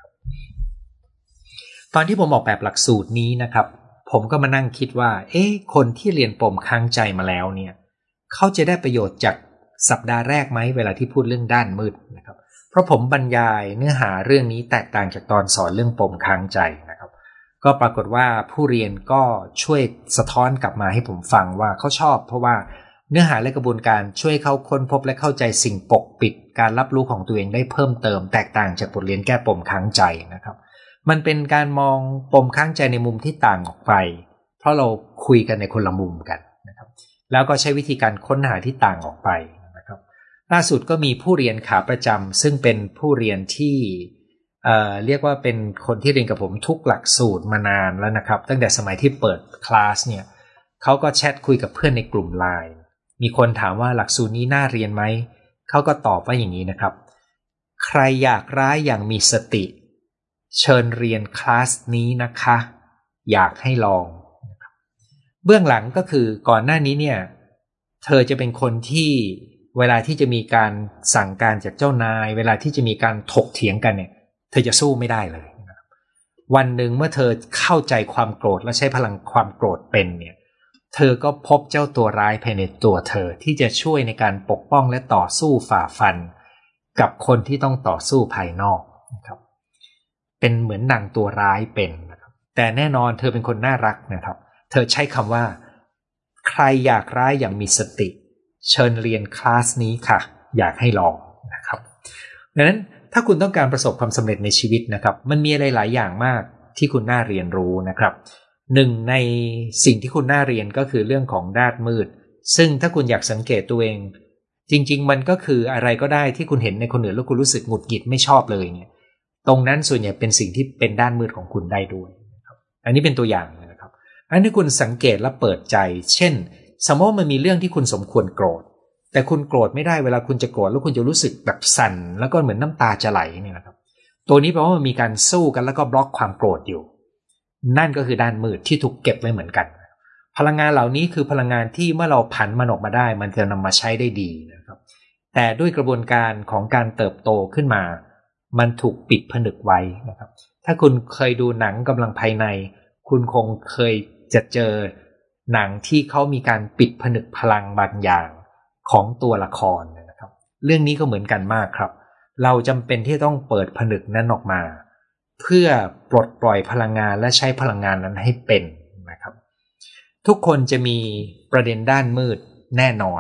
ตอนที่ผมออกแบบหลักสูตรนี้นะครับผมก็มานั่งคิดว่าคนที่เรียนปมค้างใจมาแล้วเนี่ยเขาจะได้ประโยชน์จากสัปดาห์แรกไหมเวลาที่พูดเรื่องด้านมืดนะครับเพราะผมบรรยายเนื้อหาเรื่องนี้แตกต่างจากตอนสอนเรื่องปมค้างใจนะครับก็ปรากฏว่าผู้เรียนก็ช่วยสะท้อนกลับมาให้ผมฟังว่าเขาชอบเพราะว่าเนื้อหาและกระบวนการช่วยเขาค้นพบและเข้าใจสิ่งปกปิดการรับรู้ของตัวเองได้เพิ่มเติมแตกต่างจากบทเรียนแก้ปมค้างใจนะครับมันเป็นการมองปมค้างใจในมุมที่ต่างออกไปเพราะเราคุยกันในคนละมุมกันนะครับแล้วก็ใช้วิธีการค้นหาที่ต่างออกไปนะครับล่าสุดก็มีผู้เรียนขาประจำซึ่งเป็นผู้เรียนที่เรียกว่าเป็นคนที่เรียนกับผมทุกหลักสูตรมานานแล้วนะครับตั้งแต่สมัยที่เปิดคลาสเนี่ยเขาก็แชทคุยกับเพื่อนในกลุ่ม LINE มีคนถามว่าหลักสูตรนี้น่าเรียนไหมเขาก็ตอบว่าอย่างนี้นะครับใครอยากร้ายอย่างมีสติเชิญเรียนคลาสนี้นะคะอยากให้ลองเบื้องหลังก็คือก่อนหน้านี้เนี่ยเธอจะเป็นคนที่เวลาที่จะมีการสั่งการจากเจ้านายเวลาที่จะมีการถกเถียงกันเนี่ยเธอจะสู้ไม่ได้เลยวันหนึ่งเมื่อเธอเข้าใจความโกรธและใช้พลังความโกรธเป็นเนี่ยเธอก็พบเจ้าตัวร้ายภายในตัวเธอที่จะช่วยในการปกป้องและต่อสู้ฝ่าฟันกับคนที่ต้องต่อสู้ภายนอกนะครับเป็นเหมือนนางตัวร้ายเป็นนะครับแต่แน่นอนเธอเป็นคนน่ารักนะครับเธอใช้คำว่าใครอยากร้ายอย่างมีสติเชิญเรียนคลาสนี้ค่ะอยากให้ลองนะครับดังนั้นถ้าคุณต้องการประสบความสำเร็จในชีวิตนะครับมันมีอะไรหลายอย่างมากที่คุณน่าเรียนรู้นะครับหนึ่งในสิ่งที่คุณน่าเรียนก็คือเรื่องของด้านมืดซึ่งถ้าคุณอยากสังเกตตัวเองจริงๆมันก็คืออะไรก็ได้ที่คุณเห็นในคนอื่นแล้วคุณรู้สึกหงุดหงิดไม่ชอบเลยเนี่ยตรงนั้นส่วนใหญ่เป็นสิ่งที่เป็นด้านมืดของคุณได้ด้วยนะครับอันนี้เป็นตัวอย่างนะครับอันนี้คุณสังเกตและเปิดใจเช่นสมมติว่ามันมีเรื่องที่คุณสมควรโกรธแต่คุณโกรธไม่ได้เวลาคุณจะโกรธแล้วคุณจะรู้สึกแบบสั่นแล้วก็เหมือนน้ำตาจะไหลเนี่ยนะครับตัวนี้แปลว่ามันมีการสู้กันแล้วก็บล็อกความโกรธอยู่นั่นก็คือด้านมืดที่ถูกเก็บไว้เหมือนกันพลังงานเหล่านี้คือพลังงานที่เมื่อเราผันมันออกมาได้มันจะนำมาใช้ได้ดีนะครับแต่ด้วยกระบวนการของการเติบโตขึ้นมามันถูกปิดผนึกไว้นะครับถ้าคุณเคยดูหนังกำลังภายในคุณคงเคยจะเจอหนังที่เขามีการปิดผนึกพลังบางอย่างของตัวละครนะครับเรื่องนี้ก็เหมือนกันมากครับเราจำเป็นที่ต้องเปิดผนึกนั้นออกมาเพื่อปลดปล่อยพลังงานและใช้พลังงานนั้นให้เป็นนะครับทุกคนจะมีประเด็นด้านมืดแน่นอน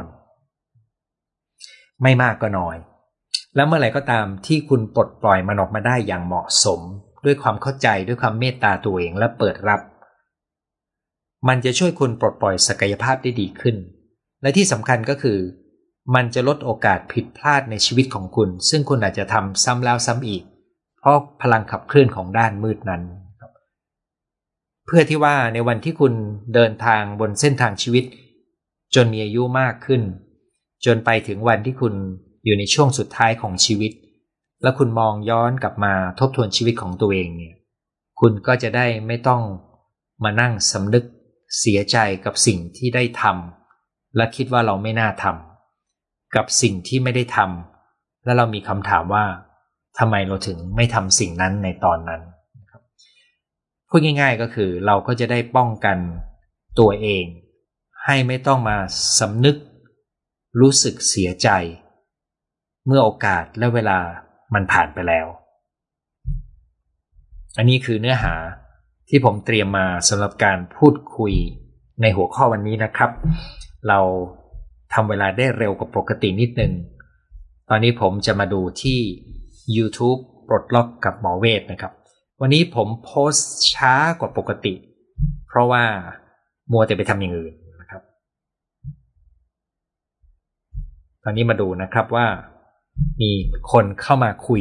ไม่มากก็น้อยแล้วเมื่อไหร่ก็ตามที่คุณปลดปล่อยมันออกมาได้อย่างเหมาะสมด้วยความเข้าใจด้วยความเมตตาตัวเองและเปิดรับมันจะช่วยคุณปลดปล่อยศักยภาพได้ดีขึ้นและที่สำคัญก็คือมันจะลดโอกาสผิดพลาดในชีวิตของคุณซึ่งคุณอาจจะทำซ้ำแล้วซ้ำอีกเพราะพลังขับเคลื่อนของด้านมืดนั้นเพื่อที่ว่าในวันที่คุณเดินทางบนเส้นทางชีวิตจนมีอายุมากขึ้นจนไปถึงวันที่คุณอยู่ในช่วงสุดท้ายของชีวิตแล้วคุณมองย้อนกลับมาทบทวนชีวิตของตัวเองเนี่ยคุณก็จะได้ไม่ต้องมานั่งสำนึกเสียใจกับสิ่งที่ได้ทำและคิดว่าเราไม่น่าทำกับสิ่งที่ไม่ได้ทำและเรามีคำถามว่าทำไมเราถึงไม่ทำสิ่งนั้นในตอนนั้นพูดง่ายๆก็คือเราก็จะได้ป้องกันตัวเองให้ไม่ต้องมาสำนึกรู้สึกเสียใจเมื่อโอกาสและเวลามันผ่านไปแล้วอันนี้คือเนื้อหาที่ผมเตรียมมาสำหรับการพูดคุยในหัวข้อวันนี้นะครับเราทำเวลาได้เร็วกว่าปกตินิดนึงตอนนี้ผมจะมาดูที่ YouTube ปลดล็อกกับหมอเวทนะครับวันนี้ผมโพสต์ช้ากว่าปกติเพราะว่ามัวแต่ไปทำอย่างอื่นนะครับตอนนี้มาดูนะครับว่ามีคนเข้ามาคุย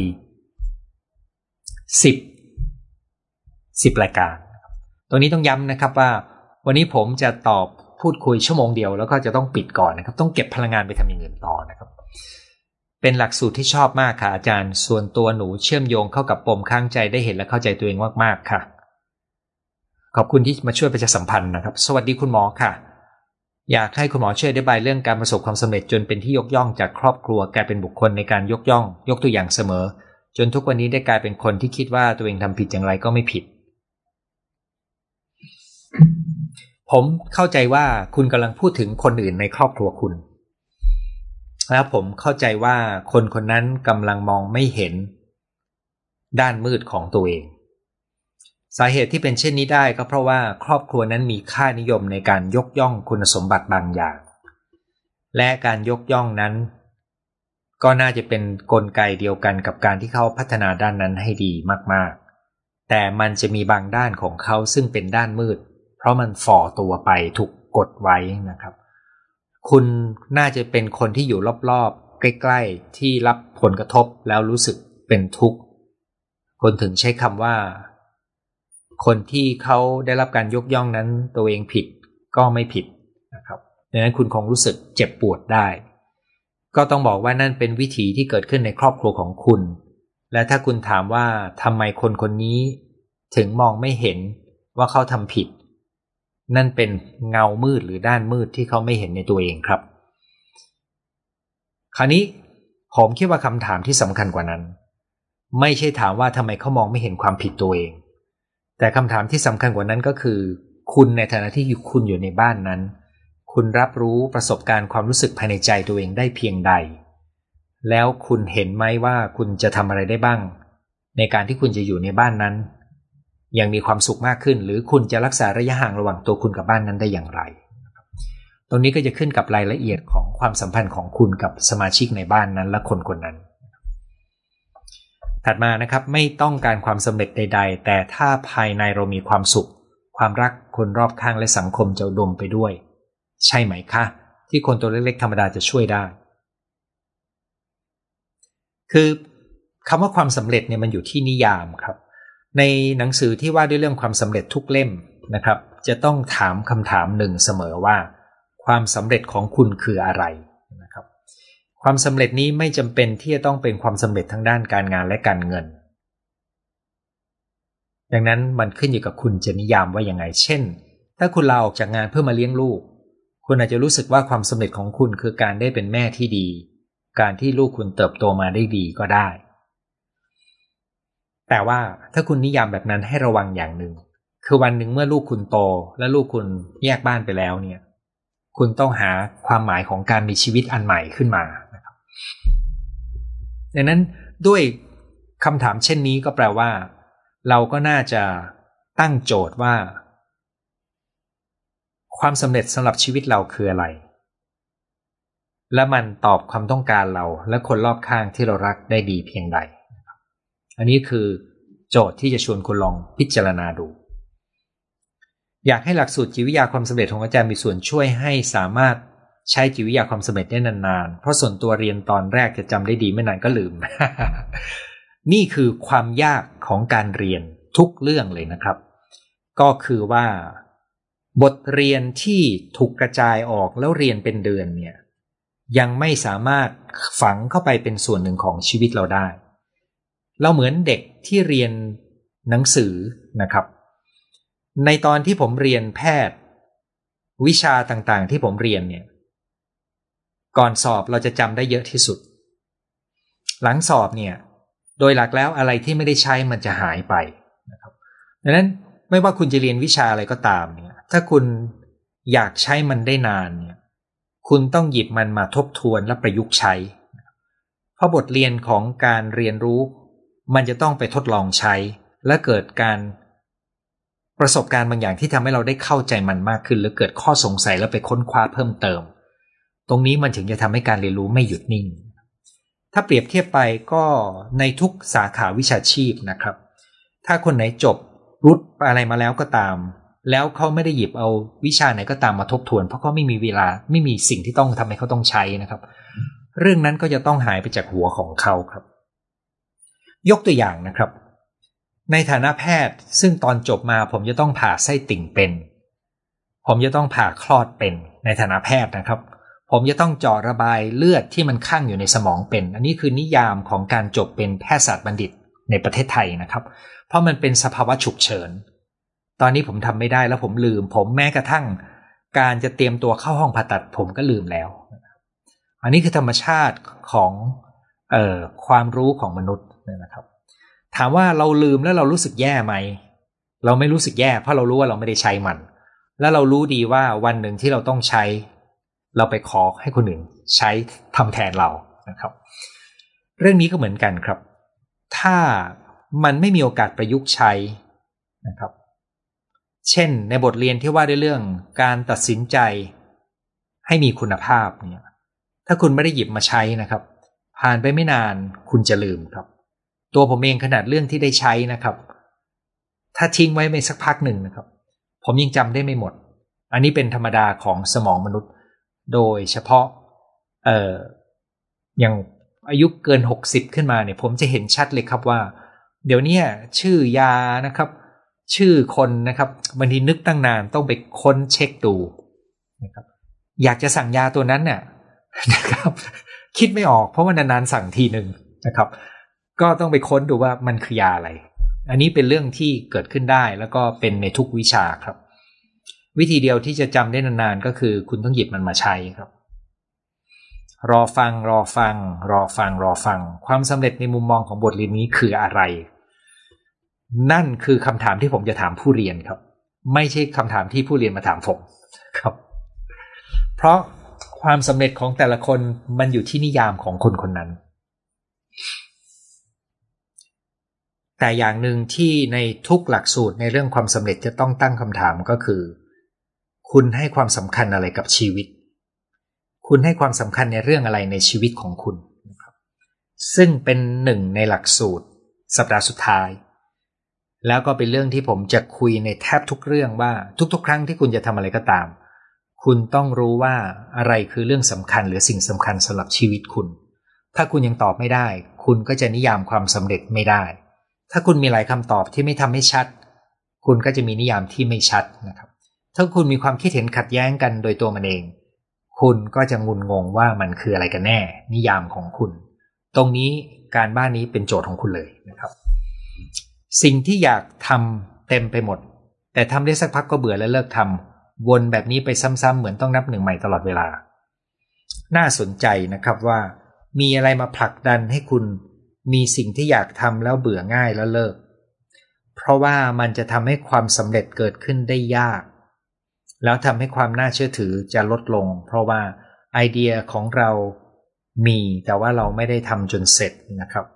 10รายการตัวนี้ต้องย้ำนะครับว่าวันนี้ผมจะตอบพูดคุยชั่วโมงเดียวแล้วก็จะต้องปิดก่อนนะครับต้องเก็บพลังงานไปทำอย่างอื่นต่อนะครับเป็นหลักสูตรที่ชอบมากค่ะอาจารย์ส่วนตัวหนูเชื่อมโยงเข้ากับปมข้างใจได้เห็นและเข้าใจตัวเองมากๆค่ะขอบคุณที่มาช่วยประชาสัมพันธ์นะครับสวัสดีคุณหมอค่ะอยากให้คุณหมอช่วยอธิบายเรื่องการประสบความสำเร็จจนเป็นที่ยกย่องจากครอบครัวกลายเป็นบุคคลในการยกย่องยกตัวอย่างเสมอจนทุกวันนี้ได้กลายเป็นคนที่คิดว่าตัวเองทำผิดอย่างไรก็ไม่ผิดผมเข้าใจว่าคุณกำลังพูดถึงคนอื่นในครอบครัวคุณและผมเข้าใจว่าคนคนนั้นกำลังมองไม่เห็นด้านมืดของตัวเองสาเหตุที่เป็นเช่นนี้ได้ก็เพราะว่าครอบครัวนั้นมีค่านิยมในการยกย่องคุณสมบัติบางอย่างและการยกย่องนั้นก็น่าจะเป็นกลไกเดียวกันกับการที่เขาพัฒนาด้านนั้นให้ดีมากๆแต่มันจะมีบางด้านของเขาซึ่งเป็นด้านมืดเพราะมันฝ่อตัวไปถูกกดไว้นะครับคุณน่าจะเป็นคนที่อยู่รอบๆใกล้ๆที่รับผลกระทบแล้วรู้สึกเป็นทุกข์คนถึงใช้คำว่าคนที่เขาได้รับการยกย่องนั้นตัวเองผิดก็ไม่ผิดนะครับดังนั้นคุณคงรู้สึกเจ็บปวดได้ก็ต้องบอกว่านั่นเป็นวิถีที่เกิดขึ้นในครอบครัวของคุณและถ้าคุณถามว่าทำไมคนคนนี้ถึงมองไม่เห็นว่าเขาทำผิดนั่นเป็นเงามืดหรือด้านมืดที่เขาไม่เห็นในตัวเองครับคราวนี้ผมคิดว่าคำถามที่สำคัญกว่านั้นไม่ใช่ถามว่าทำไมเขามองไม่เห็นความผิดตัวเองแต่คำถามที่สำคัญกว่านั้นก็คือคุณในฐานะที่คุณอยู่ในบ้านนั้นคุณรับรู้ประสบการณ์ความรู้สึกภายในใจตัวเองได้เพียงใดแล้วคุณเห็นไหมว่าคุณจะทำอะไรได้บ้างในการที่คุณจะอยู่ในบ้านนั้นยังมีความสุขมากขึ้นหรือคุณจะรักษาระยะห่างระหว่างตัวคุณกับบ้านนั้นได้อย่างไรตรงนี้ก็จะขึ้นกับรายละเอียดของความสัมพันธ์ของคุณกับสมาชิกในบ้านนั้นและคนคนนั้นถัดมานะครับไม่ต้องการความสำเร็จใดๆแต่ถ้าภายในเรามีความสุขความรักคนรอบข้างและสังคมจะอุดมไปด้วยใช่ไหมคะที่คนตัวเล็กๆธรรมดาจะช่วยได้คือคำว่าความสำเร็จเนี่ยมันอยู่ที่นิยามครับในหนังสือที่ว่าด้วยเรื่องความสำเร็จทุกเล่มนะครับจะต้องถามคำถามหนึ่งเสมอว่าความสำเร็จของคุณคืออะไรนะครับความสำเร็จนี้ไม่จำเป็นที่จะต้องเป็นความสำเร็จทางด้านการงานและการเงินดังนั้นมันขึ้นอยู่กับคุณจะนิยามว่ายังไงเช่นถ้าคุณลาออกจากงานเพื่อมาเลี้ยงลูกคุณอาจจะรู้สึกว่าความสำเร็จของคุณคือการได้เป็นแม่ที่ดีการที่ลูกคุณเติบโตมาได้ดีก็ได้แต่ว่าถ้าคุณนิยามแบบนั้นให้ระวังอย่างหนึ่งคือวันหนึ่งเมื่อลูกคุณโตและลูกคุณแยกบ้านไปแล้วเนี่ยคุณต้องหาความหมายของการมีชีวิตอันใหม่ขึ้นมานะครับดังนั้นด้วยคำถามเช่นนี้ก็แปลว่าเราก็น่าจะตั้งโจทย์ว่าความสำเร็จสำหรับชีวิตเราคืออะไรและมันตอบความต้องการเราและคนรอบข้างที่เรารักได้ดีเพียงใดอันนี้คือโจทย์ที่จะชวนคุณลองพิจารณาดูอยากให้หลักสูตรจิตวิทยาความสำเร็จของอาจารย์มีส่วนช่วยให้สามารถใช้จิตวิทยาความสำเร็จได้นานๆเพราะส่วนตัวเรียนตอนแรกจะจำได้ดีไม่นานก็ลืม นี่คือความยากของการเรียนทุกเรื่องเลยนะครับก็คือว่าบทเรียนที่ถูกกระจายออกแล้วเรียนเป็นเดือนเนี่ยยังไม่สามารถฝังเข้าไปเป็นส่วนหนึ่งของชีวิตเราได้เราเหมือนเด็กที่เรียนหนังสือนะครับในตอนที่ผมเรียนแพทย์วิชาต่างๆที่ผมเรียนเนี่ยก่อนสอบเราจะจำได้เยอะที่สุดหลังสอบเนี่ยโดยหลักแล้วอะไรที่ไม่ได้ใช้มันจะหายไปนะครับดังนั้นไม่ว่าคุณจะเรียนวิชาอะไรก็ตามเนี่ยถ้าคุณอยากใช้มันได้นานเนี่ยคุณต้องหยิบมันมาทบทวนและประยุกต์ใช้เพราะบทเรียนของการเรียนรู้มันจะต้องไปทดลองใช้และเกิดการประสบการณ์บางอย่างที่ทำให้เราได้เข้าใจมันมากขึ้นหรือเกิดข้อสงสัยแล้วไปค้นคว้าเพิ่มเติมตรงนี้มันถึงจะทำให้การเรียนรู้ไม่หยุดนิ่งถ้าเปรียบเทียบไปก็ในทุกสาขาวิชาชีพนะครับถ้าคนไหนจบรุดอะไรมาแล้วก็ตามแล้วเขาไม่ได้หยิบเอาวิชาไหนก็ตามมาทบทวนเพราะเขาไม่มีเวลาไม่มีสิ่งที่ต้องทำให้เขาต้องใช้นะครับเรื่องนั้นก็จะต้องหายไปจากหัวของเขาครับยกตัวอย่างนะครับในฐานะแพทย์ซึ่งตอนจบมาผมจะต้องผ่าไส้ติ่งเป็นผมจะต้องผ่าคลอดเป็นในฐานะแพทย์นะครับผมจะต้องเจาะระบายเลือดที่มันคั่งอยู่ในสมองเป็นอันนี้คือนิยามของการจบเป็นแพทยศาสตร์บัณฑิตในประเทศไทยนะครับเพราะมันเป็นสภาวะฉุกเฉินตอนนี้ผมทำไม่ได้แล้วผมลืมผมแม้กระทั่งการจะเตรียมตัวเข้าห้องผ่าตัดผมก็ลืมแล้วอันนี้คือธรรมชาติของความรู้ของมนุษย์นะครับถามว่าเราลืมแล้วเรารู้สึกแย่ไหมเราไม่รู้สึกแย่เพราะเรารู้ว่าเราไม่ได้ใช้มันและเรารู้ดีว่าวันหนึ่งที่เราต้องใช้เราไปขอให้คนอื่นใช้ทำแทนเรานะครับเรื่องนี้ก็เหมือนกันครับถ้ามันไม่มีโอกาสประยุกต์ใช้นะครับเช่นในบทเรียนที่ว่าด้วยเรื่องการตัดสินใจให้มีคุณภาพเนี่ยถ้าคุณไม่ได้หยิบมาใช้นะครับผ่านไปไม่นานคุณจะลืมครับตัวผมเองขนาดเรื่องที่ได้ใช้นะครับถ้าทิ้งไว้ไปสักพักหนึ่งนะครับผมยังจำได้ไม่หมดอันนี้เป็นธรรมดาของสมองมนุษย์โดยเฉพาะอย่างอายุเกิน60ขึ้นมาเนี่ยผมจะเห็นชัดเลยครับว่าเดี๋ยวนี้ชื่อยานะครับชื่อคนนะครับบางทีนึกตั้งนานต้องไปค้นเช็คดูนะครับอยากจะสั่งยาตัวนั้นเนี่ยนะครับคิดไม่ออกเพราะว่านานๆสั่งทีนึงนะครับก็ต้องไปค้นดูว่ามันคือยาอะไรอันนี้เป็นเรื่องที่เกิดขึ้นได้แล้วก็เป็นในทุกวิชาครับวิธีเดียวที่จะจำได้นานๆก็คือคุณต้องหยิบมันมาใช้ครับรอฟังความสำเร็จในมุมมองของบทเรียนนี้คืออะไรนั่นคือคำถามที่ผมจะถามผู้เรียนครับไม่ใช่คำถามที่ผู้เรียนมาถามผมครับเพราะความสำเร็จของแต่ละคนมันอยู่ที่นิยามของคนคนนั้นแต่อย่างหนึ่งที่ในทุกหลักสูตรในเรื่องความสำเร็จจะต้องตั้งคำถามก็คือคุณให้ความสำคัญอะไรกับชีวิตคุณให้ความสำคัญในเรื่องอะไรในชีวิตของคุณซึ่งเป็นหนึ่งในหลักสูตรสัปดาห์สุดท้ายแล้วก็เป็นเรื่องที่ผมจะคุยในแทบทุกเรื่องว่าทุกๆครั้งที่คุณจะทำอะไรก็ตามคุณต้องรู้ว่าอะไรคือเรื่องสำคัญหรือสิ่งสำคัญสำหรับชีวิตคุณถ้าคุณยังตอบไม่ได้คุณก็จะนิยามความสำเร็จไม่ได้ถ้าคุณมีหลายคำตอบที่ไม่ทำให้ชัดคุณก็จะมีนิยามที่ไม่ชัดนะครับถ้าคุณมีความคิดเห็นขัดแย้งกันโดยตัวมันเองคุณก็จะงุนงงว่ามันคืออะไรกันแน่นิยามของคุณตรงนี้การบ้านนี้เป็นโจทย์ของคุณเลยนะครับสิ่งที่อยากทำเต็มไปหมดแต่ทำได้สักพักก็เบื่อและเลิกทำวนแบบนี้ไปซ้ำๆเหมือนต้องนับหนึ่งใหม่ตลอดเวลาน่าสนใจนะครับว่ามีอะไรมาผลักดันให้คุณมีสิ่งที่อยากทำแล้วเบื่อง่ายแล้วเลิกเพราะว่ามันจะทำให้ความสำเร็จเกิดขึ้นได้ยากแล้วทำให้ความน่าเชื่อถือจะลดลงเพราะว่าไอเดียของเรามีแต่ว่าเราไม่ได้ทำจนเสร็จนะครับ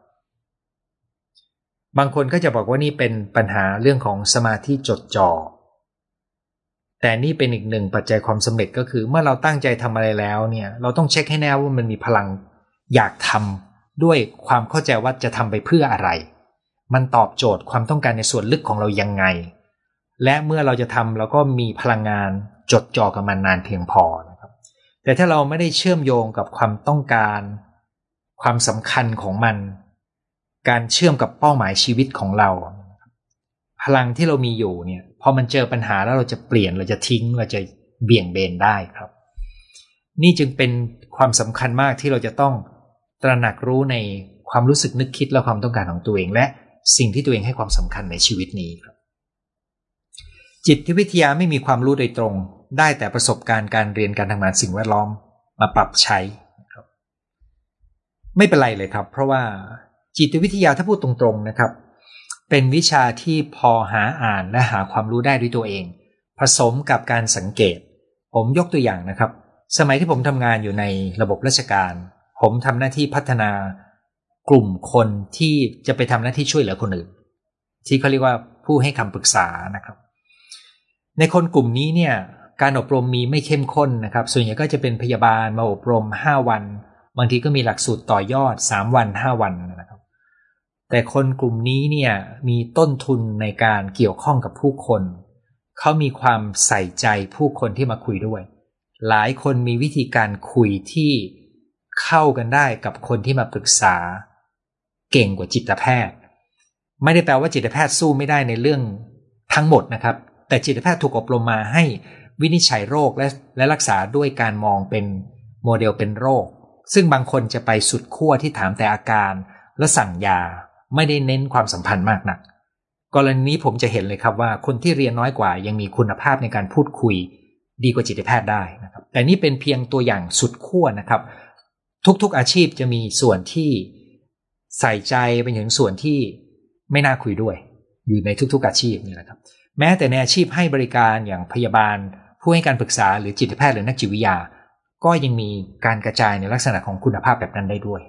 บางคนก็จะบอกว่านี่เป็นปัญหาเรื่องของสมาธิจดจ่อแต่นี่เป็นอีกหนึ่งปัจจัยความสำเร็จก็คือเมื่อเราตั้งใจทำอะไรแล้วเนี่ยเราต้องเช็คให้แน่ว่ามันมีพลังอยากทำด้วยความเข้าใจว่าจะทำไปเพื่ออะไรมันตอบโจทย์ความต้องการในส่วนลึกของเรายังไงและเมื่อเราจะทำเราก็มีพลังงานจดจ่อกับมันนานเพียงพอนะครับแต่ถ้าเราไม่ได้เชื่อมโยงกับความต้องการความสำคัญของมันการเชื่อมกับเป้าหมายชีวิตของเราพลังที่เรามีอยู่เนี่ยพอมันเจอปัญหาแล้วเราจะเปลี่ยนเราจะทิ้งเราจะเบี่ยงเบนได้ครับนี่จึงเป็นความสำคัญมากที่เราจะต้องตระหนักรู้ในความรู้สึกนึกคิดและความต้องการของตัวเองและสิ่งที่ตัวเองให้ความสำคัญในชีวิตนี้ครับจิตวิทยาไม่มีความรู้โดยตรงได้แต่ประสบการณ์การเรียนการทำงานสิ่งแวดล้อมมาปรับใช้ครับไม่เป็นไรเลยครับเพราะว่าจิตวิทยาถ้าพูดตรงๆนะครับเป็นวิชาที่พอหาอ่านและหาความรู้ได้ด้วยตัวเองผสมกับการสังเกตผมยกตัวอย่างนะครับสมัยที่ผมทำงานอยู่ในระบบราชการผมทำหน้าที่พัฒนากลุ่มคนที่จะไปทำหน้าที่ช่วยเหลือคนอื่นที่เขาเรียกว่าผู้ให้คำปรึกษานะครับในคนกลุ่มนี้เนี่ยการอบรมมีไม่เข้มข้นนะครับส่วนใหญ่ก็จะเป็นพยาบาลมาอบรม5วันบางทีก็มีหลักสูตรต่อยอด3วัน5วันนะครับแต่คนกลุ่มนี้เนี่ยมีต้นทุนในการเกี่ยวข้องกับผู้คนเขามีความใส่ใจผู้คนที่มาคุยด้วยหลายคนมีวิธีการคุยที่เข้ากันได้กับคนที่มาปรึกษาเก่งกว่าจิตแพทย์ไม่ได้แปลว่าจิตแพทย์สู้ไม่ได้ในเรื่องทั้งหมดนะครับแต่จิตแพทย์ถูกอบรมมาให้วินิจฉัยโรคและรักษาด้วยการมองเป็นโมเดลเป็นโรคซึ่งบางคนจะไปสุดขั้วที่ถามแต่อาการและสั่งยาไม่ได้เน้นความสัมพันธ์มากนักกรณีนี้ผมจะเห็นเลยครับว่าคนที่เรียนน้อยกว่ายังมีคุณภาพในการพูดคุยดีกว่าจิตแพทย์ได้นะครับแต่นี่เป็นเพียงตัวอย่างสุดขั้วนะครับทุกๆอาชีพจะมีส่วนที่ใส่ใจไปถึงส่วนที่ไม่น่าคุยด้วยอยู่ในทุกๆอาชีพนี่แหละครับแม้แต่ในอาชีพให้บริการอย่างพยาบาลผู้ให้การปรึกษาหรือจิตแพทย์หรือนักจิตวิทยาก็ยังมีการกระจายในลักษณะของคุณภาพแบบนั้นได้ด้วย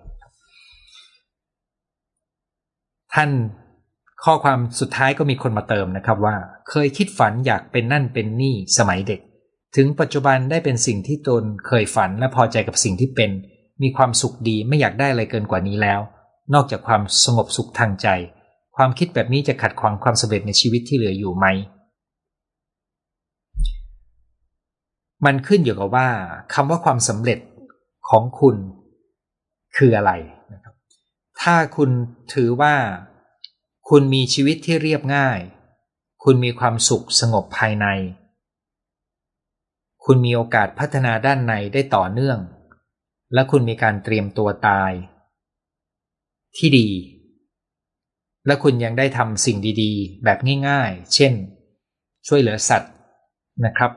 ท่านข้อความสุดท้ายก็มีคนมาเติมนะครับว่าเคยคิดฝันอยากเป็นนั่นเป็นนี่สมัยเด็กถึงปัจจุบันได้เป็นสิ่งที่ตนเคยฝันและพอใจกับสิ่งที่เป็นมีความสุขดีไม่อยากได้อะไรเกินกว่านี้แล้วนอกจากความสงบสุขทางใจความคิดแบบนี้จะขัดขวางความสำเร็จในชีวิตที่เหลืออยู่ไหมมันขึ้นอยู่กับว่าคำว่าความสำเร็จของคุณคืออะไรนะครับถ้าคุณถือว่าคุณมีชีวิตที่เรียบง่ายคุณมีความสุขสงบภายในคุณมีโอกาสพัฒนาด้านในได้ต่อเนื่องและคุณมีการเตรียมตัวตายที่ดีและคุณยังได้ทำสิ่งดีๆแบบง่ายๆเช่นช่วยเหลือสัตว์นะครับ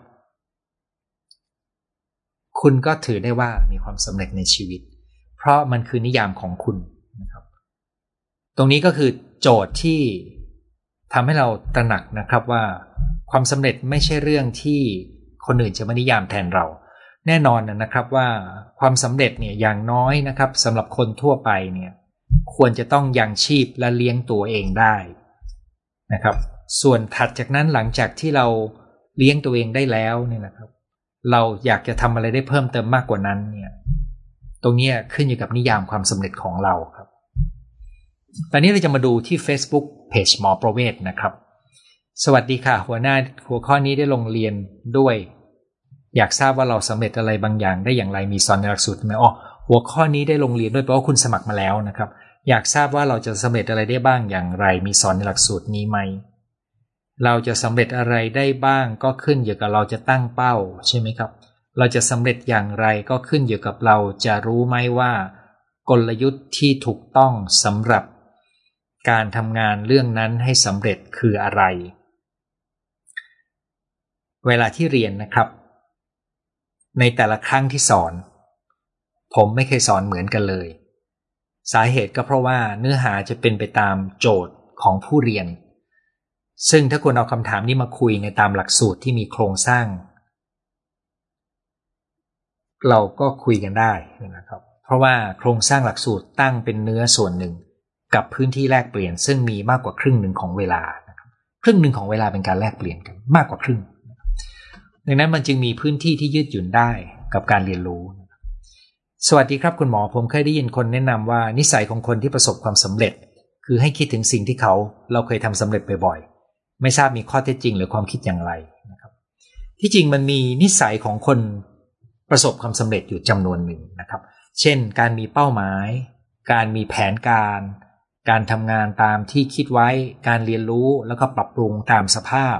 คุณก็ถือได้ว่ามีความสำเร็จในชีวิตเพราะมันคือนิยามของคุณนะครับตรงนี้ก็คือโจทย์ที่ทำให้เราตระหนักนะครับว่าความสำเร็จไม่ใช่เรื่องที่คนอื่นจะมานิยามแทนเราแน่นอนนะครับว่าความสำเร็จเนี่ยอย่างน้อยนะครับสำหรับคนทั่วไปเนี่ยควรจะต้องยังชีพและเลี้ยงตัวเองได้นะครับส่วนถัดจากนั้นหลังจากที่เราเลี้ยงตัวเองได้แล้วเนี่ยนะครับเราอยากจะทำอะไรได้เพิ่มเติมมากกว่านั้นเนี่ยตรงนี้ขึ้นอยู่กับนิยามความสำเร็จของเราครับตอนนี้เราจะมาดูที่ Facebook Page หมอประเวศนะครับสวัสดีค่ะหัวข้อนี้ได้ลงเรียนด้วยอยากทราบว่าเราสำเร็จอะไรบางอย่างได้อย่างไรมีสอนในหลักสูตรไหมหัวข้อนี้ได้ลงเรียนด้วยเพราะว่าคุณสมัครมาแล้วนะครับอยากทราบว่าเราจะสำเร็จอะไรได้บ้างอย่างไรมีสอนในหลักสูตรนี้ไหมเราจะสำเร็จอะไรได้บ้างก็ขึ้นอยู่กับเราจะตั้งเป้าใช่ไหมครับเราจะสำเร็จอย่างไรก็ขึ้นอยู่กับเราจะรู้ไหมว่ากลยุทธ์ที่ถูกต้องสำหรับการทำงานเรื่องนั้นให้สำเร็จคืออะไรเวลาที่เรียนนะครับในแต่ละครั้งที่สอนผมไม่เคยสอนเหมือนกันเลยสาเหตุก็เพราะว่าเนื้อหาจะเป็นไปตามโจทย์ของผู้เรียนซึ่งถ้าคุณเอาคำถามนี้มาคุยในตามหลักสูตรที่มีโครงสร้างเราก็คุยกันได้นะครับเพราะว่าโครงสร้างหลักสูตรตั้งเป็นเนื้อส่วนหนึ่งกับพื้นที่แลกเปลี่ยนซึ่งมีมากกว่าครึ่งหนึ่งของเวลานะครับครึ่งหนึ่งของเวลาเป็นการแลกเปลี่ยนกันมากกว่าครึ่งดังนั้นมันจึงมีพื้นที่ที่ยืดหยุ่นได้กับการเรียนรู้สวัสดีครับคุณหมอผมเคยได้ยินคนแนะนำว่านิสัยของคนที่ประสบความสำเร็จคือให้คิดถึงสิ่งที่เราเคยทำสำเร็จบ่อยๆไม่ทราบมีข้อเท็จจริงหรือความคิดอย่างไรนะครับที่จริงมันมีนิสัยของคนประสบความสำเร็จอยู่จำนวนหนึ่งนะครับเช่นการมีเป้าหมายการมีแผนการทำงานตามที่คิดไว้การเรียนรู้แล้วก็ปรับปรุงตามสภาพ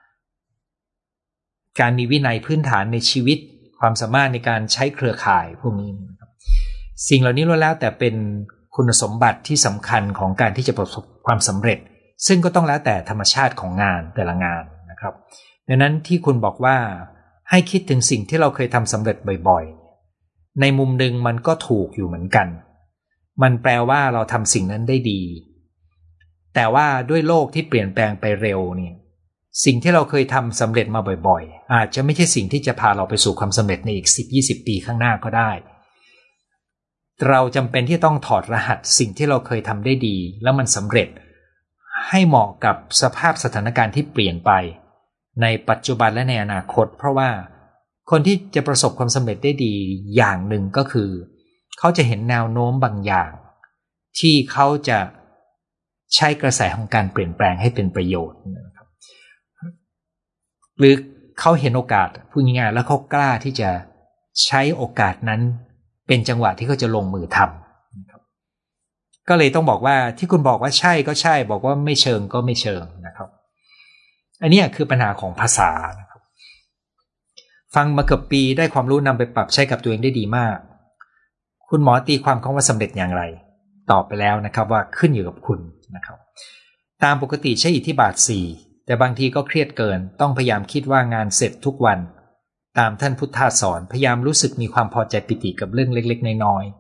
การมีวินัยพื้นฐานในชีวิตความสามารถในการใช้เครือข่ายพวกนี้นะครับสิ่งเหล่านี้ล้วนแล้วแต่เป็นคุณสมบัติที่สำคัญของการที่จะประสบความสำเร็จซึ่งก็ต้องแล้วแต่ธรรมชาติของงานแต่ละงานนะครับดังนั้นที่คุณบอกว่าให้คิดถึงสิ่งที่เราเคยทำสำเร็จบ่อยๆในมุมหนึ่งมันก็ถูกอยู่เหมือนกันมันแปลว่าเราทำสิ่งนั้นได้ดีแต่ว่าด้วยโลกที่เปลี่ยนแปลงไปเร็วเนี่ยสิ่งที่เราเคยทำสำเร็จมาบ่อยๆอาจจะไม่ใช่สิ่งที่จะพาเราไปสู่ความสำเร็จในอีก 10-20 ปีข้างหน้าก็ได้เราจำเป็นที่ต้องถอดรหัสสิ่งที่เราเคยทำได้ดีแล้วมันสำเร็จให้เหมาะกับสภาพสถานการณ์ที่เปลี่ยนไปในปัจจุบันและในอนาคตเพราะว่าคนที่จะประสบความสำเร็จได้ดีอย่างหนึ่งก็คือเขาจะเห็นแนวโน้มบางอย่างที่เขาจะใช้กระแสของการเปลี่ยนแปลงให้เป็นประโยชน์นะครับหรือเขาเห็นโอกาสพูดง่ายๆแล้วเขากล้าที่จะใช้โอกาสนั้นเป็นจังหวะที่เขาจะลงมือทำนะครับก็เลยต้องบอกว่าที่คุณบอกว่าใช่ก็ใช่บอกว่าไม่เชิงก็ไม่เชิงนะครับอันนี้คือปัญหาของภาษานะครับฟังมาเกือบปีได้ความรู้นำไปปรับใช้กับตัวเองได้ดีมากคุณหมอตีความคำว่าสำเร็จอย่างไรตอบไปแล้วนะครับว่าขึ้นอยู่กับคุณนะครับตามปกติใช้อิทธิบาท4แต่บางทีก็เครียดเกินต้องพยายามคิดว่างานเสร็จทุกวันตามท่านพุทธาสอนพยายามรู้สึกมีความพอใจปิติกับเรื่องเล็กๆน้อย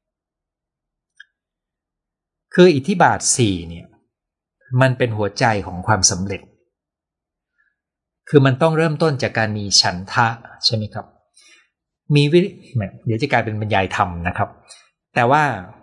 ๆคืออิทธิบาท4เนี่ยมันเป็นหัวใจของความสำเร็จคือมันต้องเริ่มต้นจากการมีฉันทะใช่ไหมครับมีเดี๋ยวจะกลายเป็นบรรยายธรรมนะครับแต่ว่า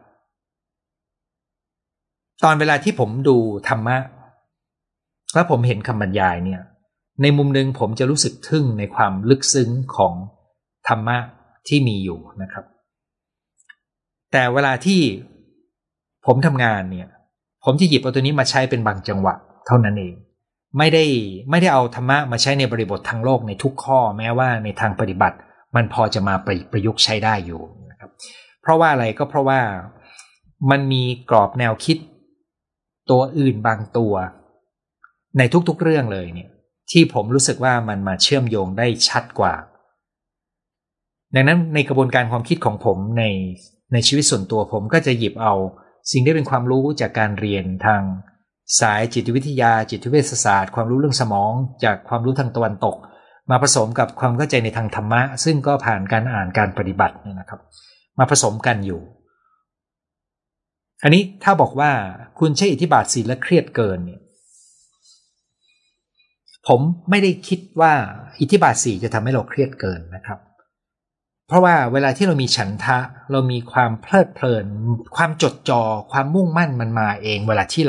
ตอนเวลาที่ผมดูธรรมะแล้วผมเห็นคำบรรยายเนี่ยในมุมนึงผมจะรู้สึกทึ่งในความลึกซึ้งของธรรมะที่มีอยู่นะครับแต่เวลาที่ผมทำงานเนี่ยผมจะหยิบเอาตัวนี้มาใช้เป็นบางจังหวะเท่านั้นเองไม่ได้เอาธรรมะมาใช้ในบริบททางโลกในทุกข้อแม้ว่าในทางปฏิบัติมันพอจะมาประยุกต์ใช้ได้อยู่นะครับเพราะว่าอะไรก็เพราะว่ามันมีกรอบแนวคิดตัวอื่นบางตัวในทุกๆเรื่องเลยเนี่ยที่ผมรู้สึกว่ามันมาเชื่อมโยงได้ชัดกว่าดังนั้นในกระบวนการความคิดของผมในชีวิตส่วนตัวผมก็จะหยิบเอาสิ่งที่เป็นความรู้จากการเรียนทางสายจิตวิทยาจิตเวชศาสตร์ความรู้เรื่องสมองจากความรู้ทางตะวันตกมาผสมกับความเข้าใจในทางธรรมะซึ่งก็ผ่านการอ่านการปฏิบัติเนี่ยนะครับมาผสมกันอยู่อันนี้ถ้าบอกว่าคุณใช้อิทธิบาท4และเครียดเกินเนี่ยผมไม่ได้คิดว่าอิทธิบาท4จะทำให้เราเครียดเกินนะครับเพราะว่าเวลาที่เรามีฉันทะเรามีความเพลิดเพลินความจดจ่อความมุ่งมั่นมันมาเองเวลาที่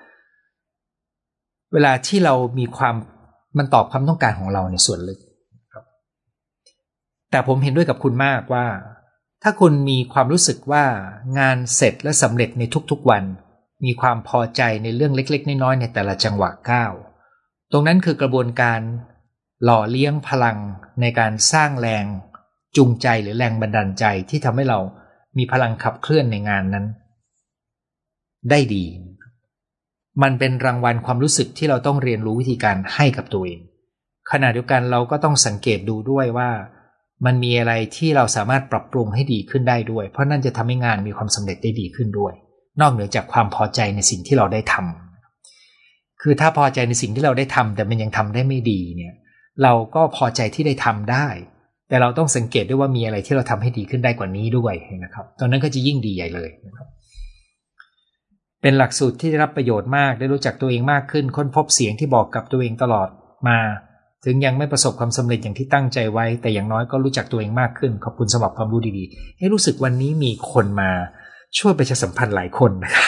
เรามีความมันตอบความต้องการของเราในส่วนลึกครับแต่ผมเห็นด้วยกับคุณมากว่าถ้าคุณมีความรู้สึกว่างานเสร็จและสำเร็จในทุกๆวันมีความพอใจในเรื่องเล็กๆน้อยๆในแต่ละจังหวะก้าวตรงนั้นคือกระบวนการหล่อเลี้ยงพลังในการสร้างแรงจูงใจหรือแรงบันดาลใจที่ทำให้เรามีพลังขับเคลื่อนในงานนั้นได้ดีมันเป็นรางวัลความรู้สึกที่เราต้องเรียนรู้วิธีการให้กับตัวเองขณะเดียวกันเราก็ต้องสังเกตดูด้วยว่ามันมีอะไรที่เราสามารถปรับปรุงให้ดีขึ้นได้ด้วยเพราะนั่นจะทำให้งานมีความสำเร็จได้ดีขึ้นด้วยนอกเหนือจากความพอใจในสิ่งที่เราได้ทำคือถ้าพอใจในสิ่งที่เราได้ทำแต่มันยังทำได้ไม่ดีเนี่ยเราก็พอใจที่ได้ทำได้แต่เราต้องสังเกตด้วยว่ามีอะไรที่เราทำให้ดีขึ้นได้กว่านี้ด้วยนะครับตอนนั้นก็จะยิ่งดีใหญ่เลยนะครับเป็นหลักสูตรที่ได้รับประโยชน์มากได้รู้จักตัวเองมากขึ้นค้นพบเสียงที่บอกกับตัวเองตลอดมาถึงยังไม่ประสบความสำเร็จอย่างที่ตั้งใจไว้แต่อย่างน้อยก็รู้จักตัวเองมากขึ้นขอบคุณสำหรับความรู้ดีๆให้รู้สึกวันนี้มีคนมาช่วยประชาสัมพันธ์หลายคนนะครับ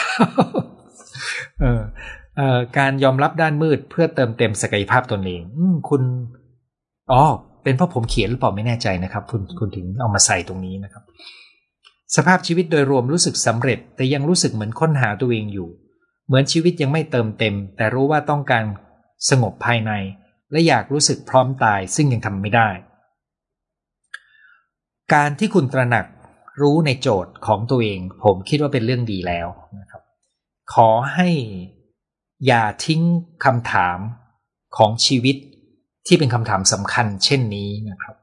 การยอมรับด้านมืดเพื่อเติมเต็มศักยภาพตนเองคุณเป็นเพราะผมเขียนหรือเปล่าไม่แน่ใจนะครับคุณถึงเอามาใส่ตรงนี้นะครับสภาพชีวิตโดยรวมรู้สึกสำเร็จแต่ยังรู้สึกเหมือนค้นหาตัวเองอยู่เหมือนชีวิตยังไม่เติมเต็มแต่รู้ว่าต้องการสงบภายในและอยากรู้สึกพร้อมตายซึ่งยังทำไม่ได้การที่คุณตระหนักรู้ในโจทย์ของตัวเองผมคิดว่าเป็นเรื่องดีแล้วนะครับขอให้อย่าทิ้งคำถามของชีวิตที่เป็นคำถามสำคัญเช่นนี้นะครับ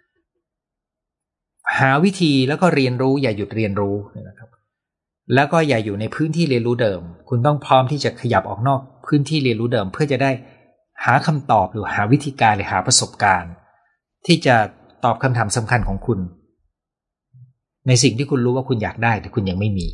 หาวิธีแล้วก็เรียนรู้อย่าหยุดเรียนรู้นะครับแล้วก็อย่าอยู่ในพื้นที่เรียนรู้เดิมคุณต้องพร้อมที่จะขยับออกนอกพื้นที่เรียนรู้เดิมเพื่อจะได้หาคำตอบหรือหาวิธีการหรือหาประสบการณ์ที่จะตอบคำถามสำคัญของคุณในสิ่งที่คุณรู้ว่าคุณอยากได้แต่คุณยังไม่มี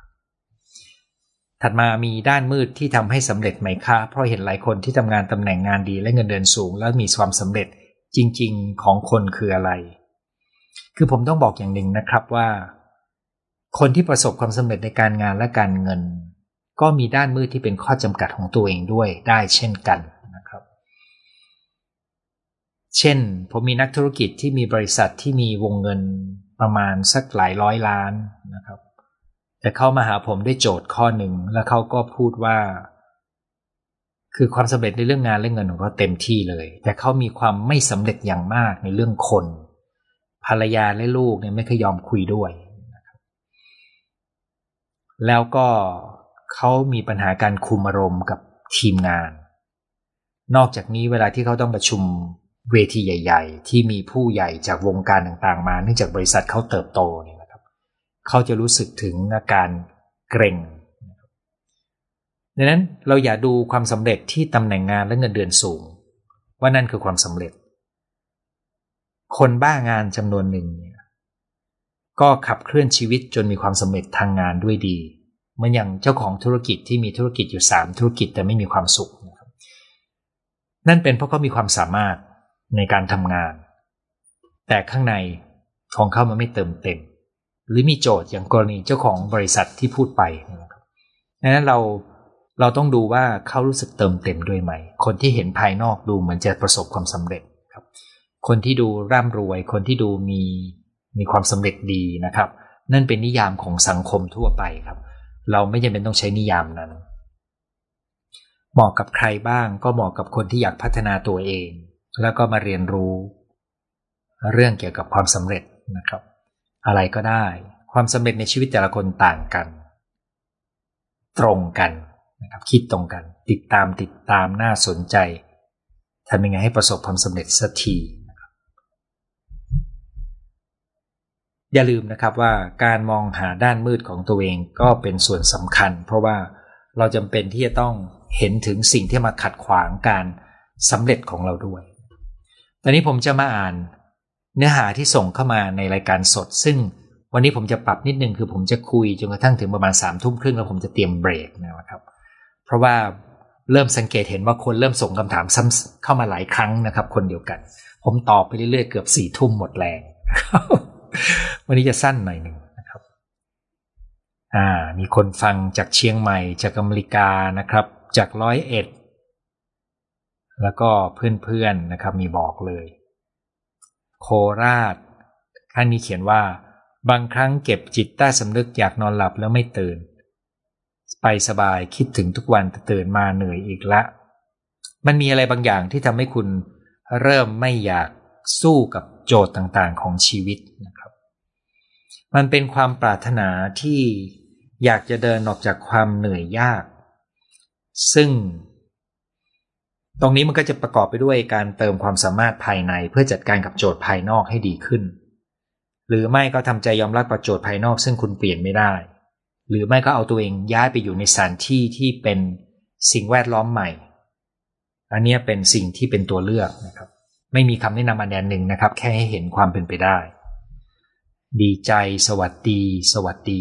ถัดมามีด้านมืดที่ทำให้สำเร็จไหมคะเพราะเห็นหลายคนที่ทำงานตำแหน่งงานดีและเงินเดือนสูงแล้วมีความสำเร็จจริงๆของคนคืออะไรคือผมต้องบอกอย่างหนึ่งนะครับว่าคนที่ประสบความสำเร็จในการงานและการเงินก็มีด้านมืดที่เป็นข้อจำกัดของตัวเองด้วยได้เช่นกันนะครับเช่นผมมีนักธุรกิจที่มีบริษัทที่มีวงเงินประมาณสักหลายร้อยล้านนะครับแต่เขามาหาผมด้วยโจทย์ข้อหนึ่งแล้วเขาก็พูดว่าคือความสำเร็จในเรื่องงานและเงินของเขาเต็มที่เลยแต่เขามีความไม่สำเร็จอย่างมากในเรื่องคนภรรยาและลูกเนี่ยไม่เคยยอมคุยด้วยนะครับแล้วก็เขามีปัญหาการคุมอารมณ์กับทีมงานนอกจากนี้เวลาที่เขาต้องประชุมเวทีใหญ่ๆที่มีผู้ใหญ่จากวงการต่างๆมาเนื่องจากบริษัทเขาเติบโตเนี่ยนะครับเขาจะรู้สึกถึงอาการเกร็งดังนั้นเราอย่าดูความสำเร็จที่ตำแหน่งงานและเงินเดือนสูงว่านั่นคือความสำเร็จคนบ้างานจำนวนหนึ่งเนี่ยก็ขับเคลื่อนชีวิตจนมีความสำเร็จทางงานด้วยดีเหมือนอย่างเจ้าของธุรกิจที่มีธุรกิจอยู่3ธุรกิจแต่ไม่มีความสุขนะครับนั่นเป็นเพราะเขามีความสามารถในการทำงานแต่ข้างในของเขามันไม่เติมเต็มหรือมีโจทย์อย่างกรณีเจ้าของบริษัทที่พูดไปนะครับดังนั้นเราต้องดูว่าเขารู้สึกเติมเต็มด้วยไหมคนที่เห็นภายนอกดูเหมือนจะประสบความสำเร็จครับคนที่ดูร่ำรวยคนที่ดูมีความสำเร็จดีนะครับนั่นเป็นนิยามของสังคมทั่วไปครับเราไม่จำเป็นต้องใช้นิยามนั้นเหมาะกับใครบ้างก็เหมาะกับคนที่อยากพัฒนาตัวเองแล้วก็มาเรียนรู้เรื่องเกี่ยวกับความสำเร็จนะครับอะไรก็ได้ความสำเร็จในชีวิตแต่ละคนต่างกันตรงกันนะครับคิดตรงกันติดตามน่าสนใจทำยังไงให้ประสบความสำเร็จสักทีนะครับอย่าลืมนะครับว่าการมองหาด้านมืดของตัวเองก็เป็นส่วนสำคัญเพราะว่าเราจำเป็นที่จะต้องเห็นถึงสิ่งที่มาขัดขวางการสำเร็จของเราด้วยตอนนี้ผมจะมาอ่านเนื้อหาที่ส่งเข้ามาในรายการสดซึ่งวันนี้ผมจะปรับนิดนึงคือผมจะคุยจนกระทั่งถึงประมาณ 3:30 น.แล้วผมจะเตรียมเบรกนะครับเพราะว่าเริ่มสังเกตเห็นว่าคนเริ่มส่งคำถามซ้ำเข้ามาหลายครั้งนะครับคนเดียวกันผมตอบไปเรื่อยๆเกือบ4 ทุ่มหมดแรง วันนี้จะสั้นหน่อยหนึ่งนะครับมีคนฟังจากเชียงใหม่จากอเมริกานะครับจาก101แล้วก็เพื่อนๆนะครับมีบอกเลยโคราชท่านนี้เขียนว่าบางครั้งเก็บจิตใต้สำนึกอยากนอนหลับแล้วไม่ตื่นไปสบายคิดถึงทุกวันแต่ตื่นมาเหนื่อยอีกละมันมีอะไรบางอย่างที่ทำให้คุณเริ่มไม่อยากสู้กับโจทย์ต่างๆของชีวิตนะครับมันเป็นความปรารถนาที่อยากจะเดินออกจากความเหนื่อยยากซึ่งตรงนี้มันก็จะประกอบไปด้วยการเติมความสามารถภายในเพื่อจัดการกับโจทย์ภายนอกให้ดีขึ้นหรือไม่ก็ทำใจยอมรับกับโจทย์ภายนอกซึ่งคุณเปลี่ยนไม่ได้หรือไม่ก็เอาตัวเองย้ายไปอยู่ในสถานที่ที่เป็นสิ่งแวดล้อมใหม่อันนี้เป็นสิ่งที่เป็นตัวเลือกนะครับไม่มีคำแนะนำอันใดหนึ่งนะครับแค่ให้เห็นความเป็นไปได้ดีใจสวัสดีสวัสดี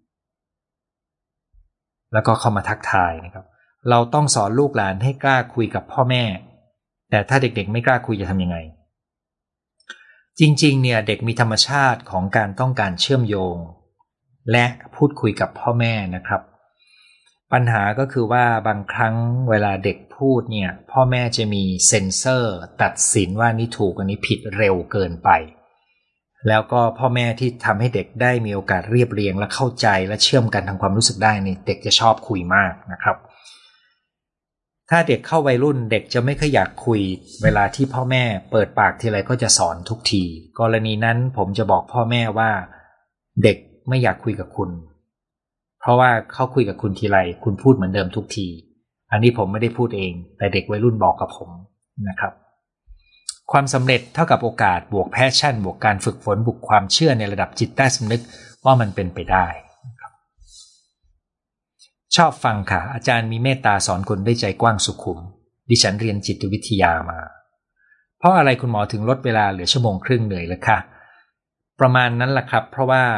แล้วก็เข้ามาทักทายนะครับเราต้องสอนลูกหลานให้กล้าคุยกับพ่อแม่แต่ถ้าเด็กๆไม่กล้าคุยจะทำยังไงจริงๆเนี่ยเด็กมีธรรมชาติของการต้องการเชื่อมโยงและพูดคุยกับพ่อแม่นะครับปัญหาก็คือว่าบางครั้งเวลาเด็กพูดเนี่ยพ่อแม่จะมีเซ็นเซอร์ตัดสินว่านี่ถูกอันนี้ผิดเร็วเกินไปแล้วก็พ่อแม่ที่ทำให้เด็กได้มีโอกาสเรียบเรียงและเข้าใจและเชื่อมกันทางความรู้สึกได้นี่เด็กจะชอบคุยมากนะครับถ้าเด็กเข้าวัยรุ่นเด็กจะไม่ค่อยอยากคุยเวลาที่พ่อแม่เปิดปากทีไรก็จะสอนทุกทีกรณีนั้นผมจะบอกพ่อแม่ว่าเด็กไม่อยากคุยกับคุณเพราะว่าเขาคุยกับคุณทีไรคุณพูดเหมือนเดิมทุกทีอันนี้ผมไม่ได้พูดเองแต่เด็กวัยรุ่นบอกกับผมนะครับความสำเร็จเท่ากับโอกาสบวกแพชชั่นบวกการฝึกฝนบวกความเชื่อในระดับจิตใต้สำนึกว่ามันเป็นไปได้ชอบฟังค่ะอาจารย์มีเมตตาสอนคนด้วยใจกว้างสุขุมดิฉันเรียนจิตวิทยามาเพราะอะไรคุณหมอถึงลดเวลาเหลือ1.5 ชั่วโมงเหนื่อยเลยค่ะประมาณนั้นแหละครับเพราะว่า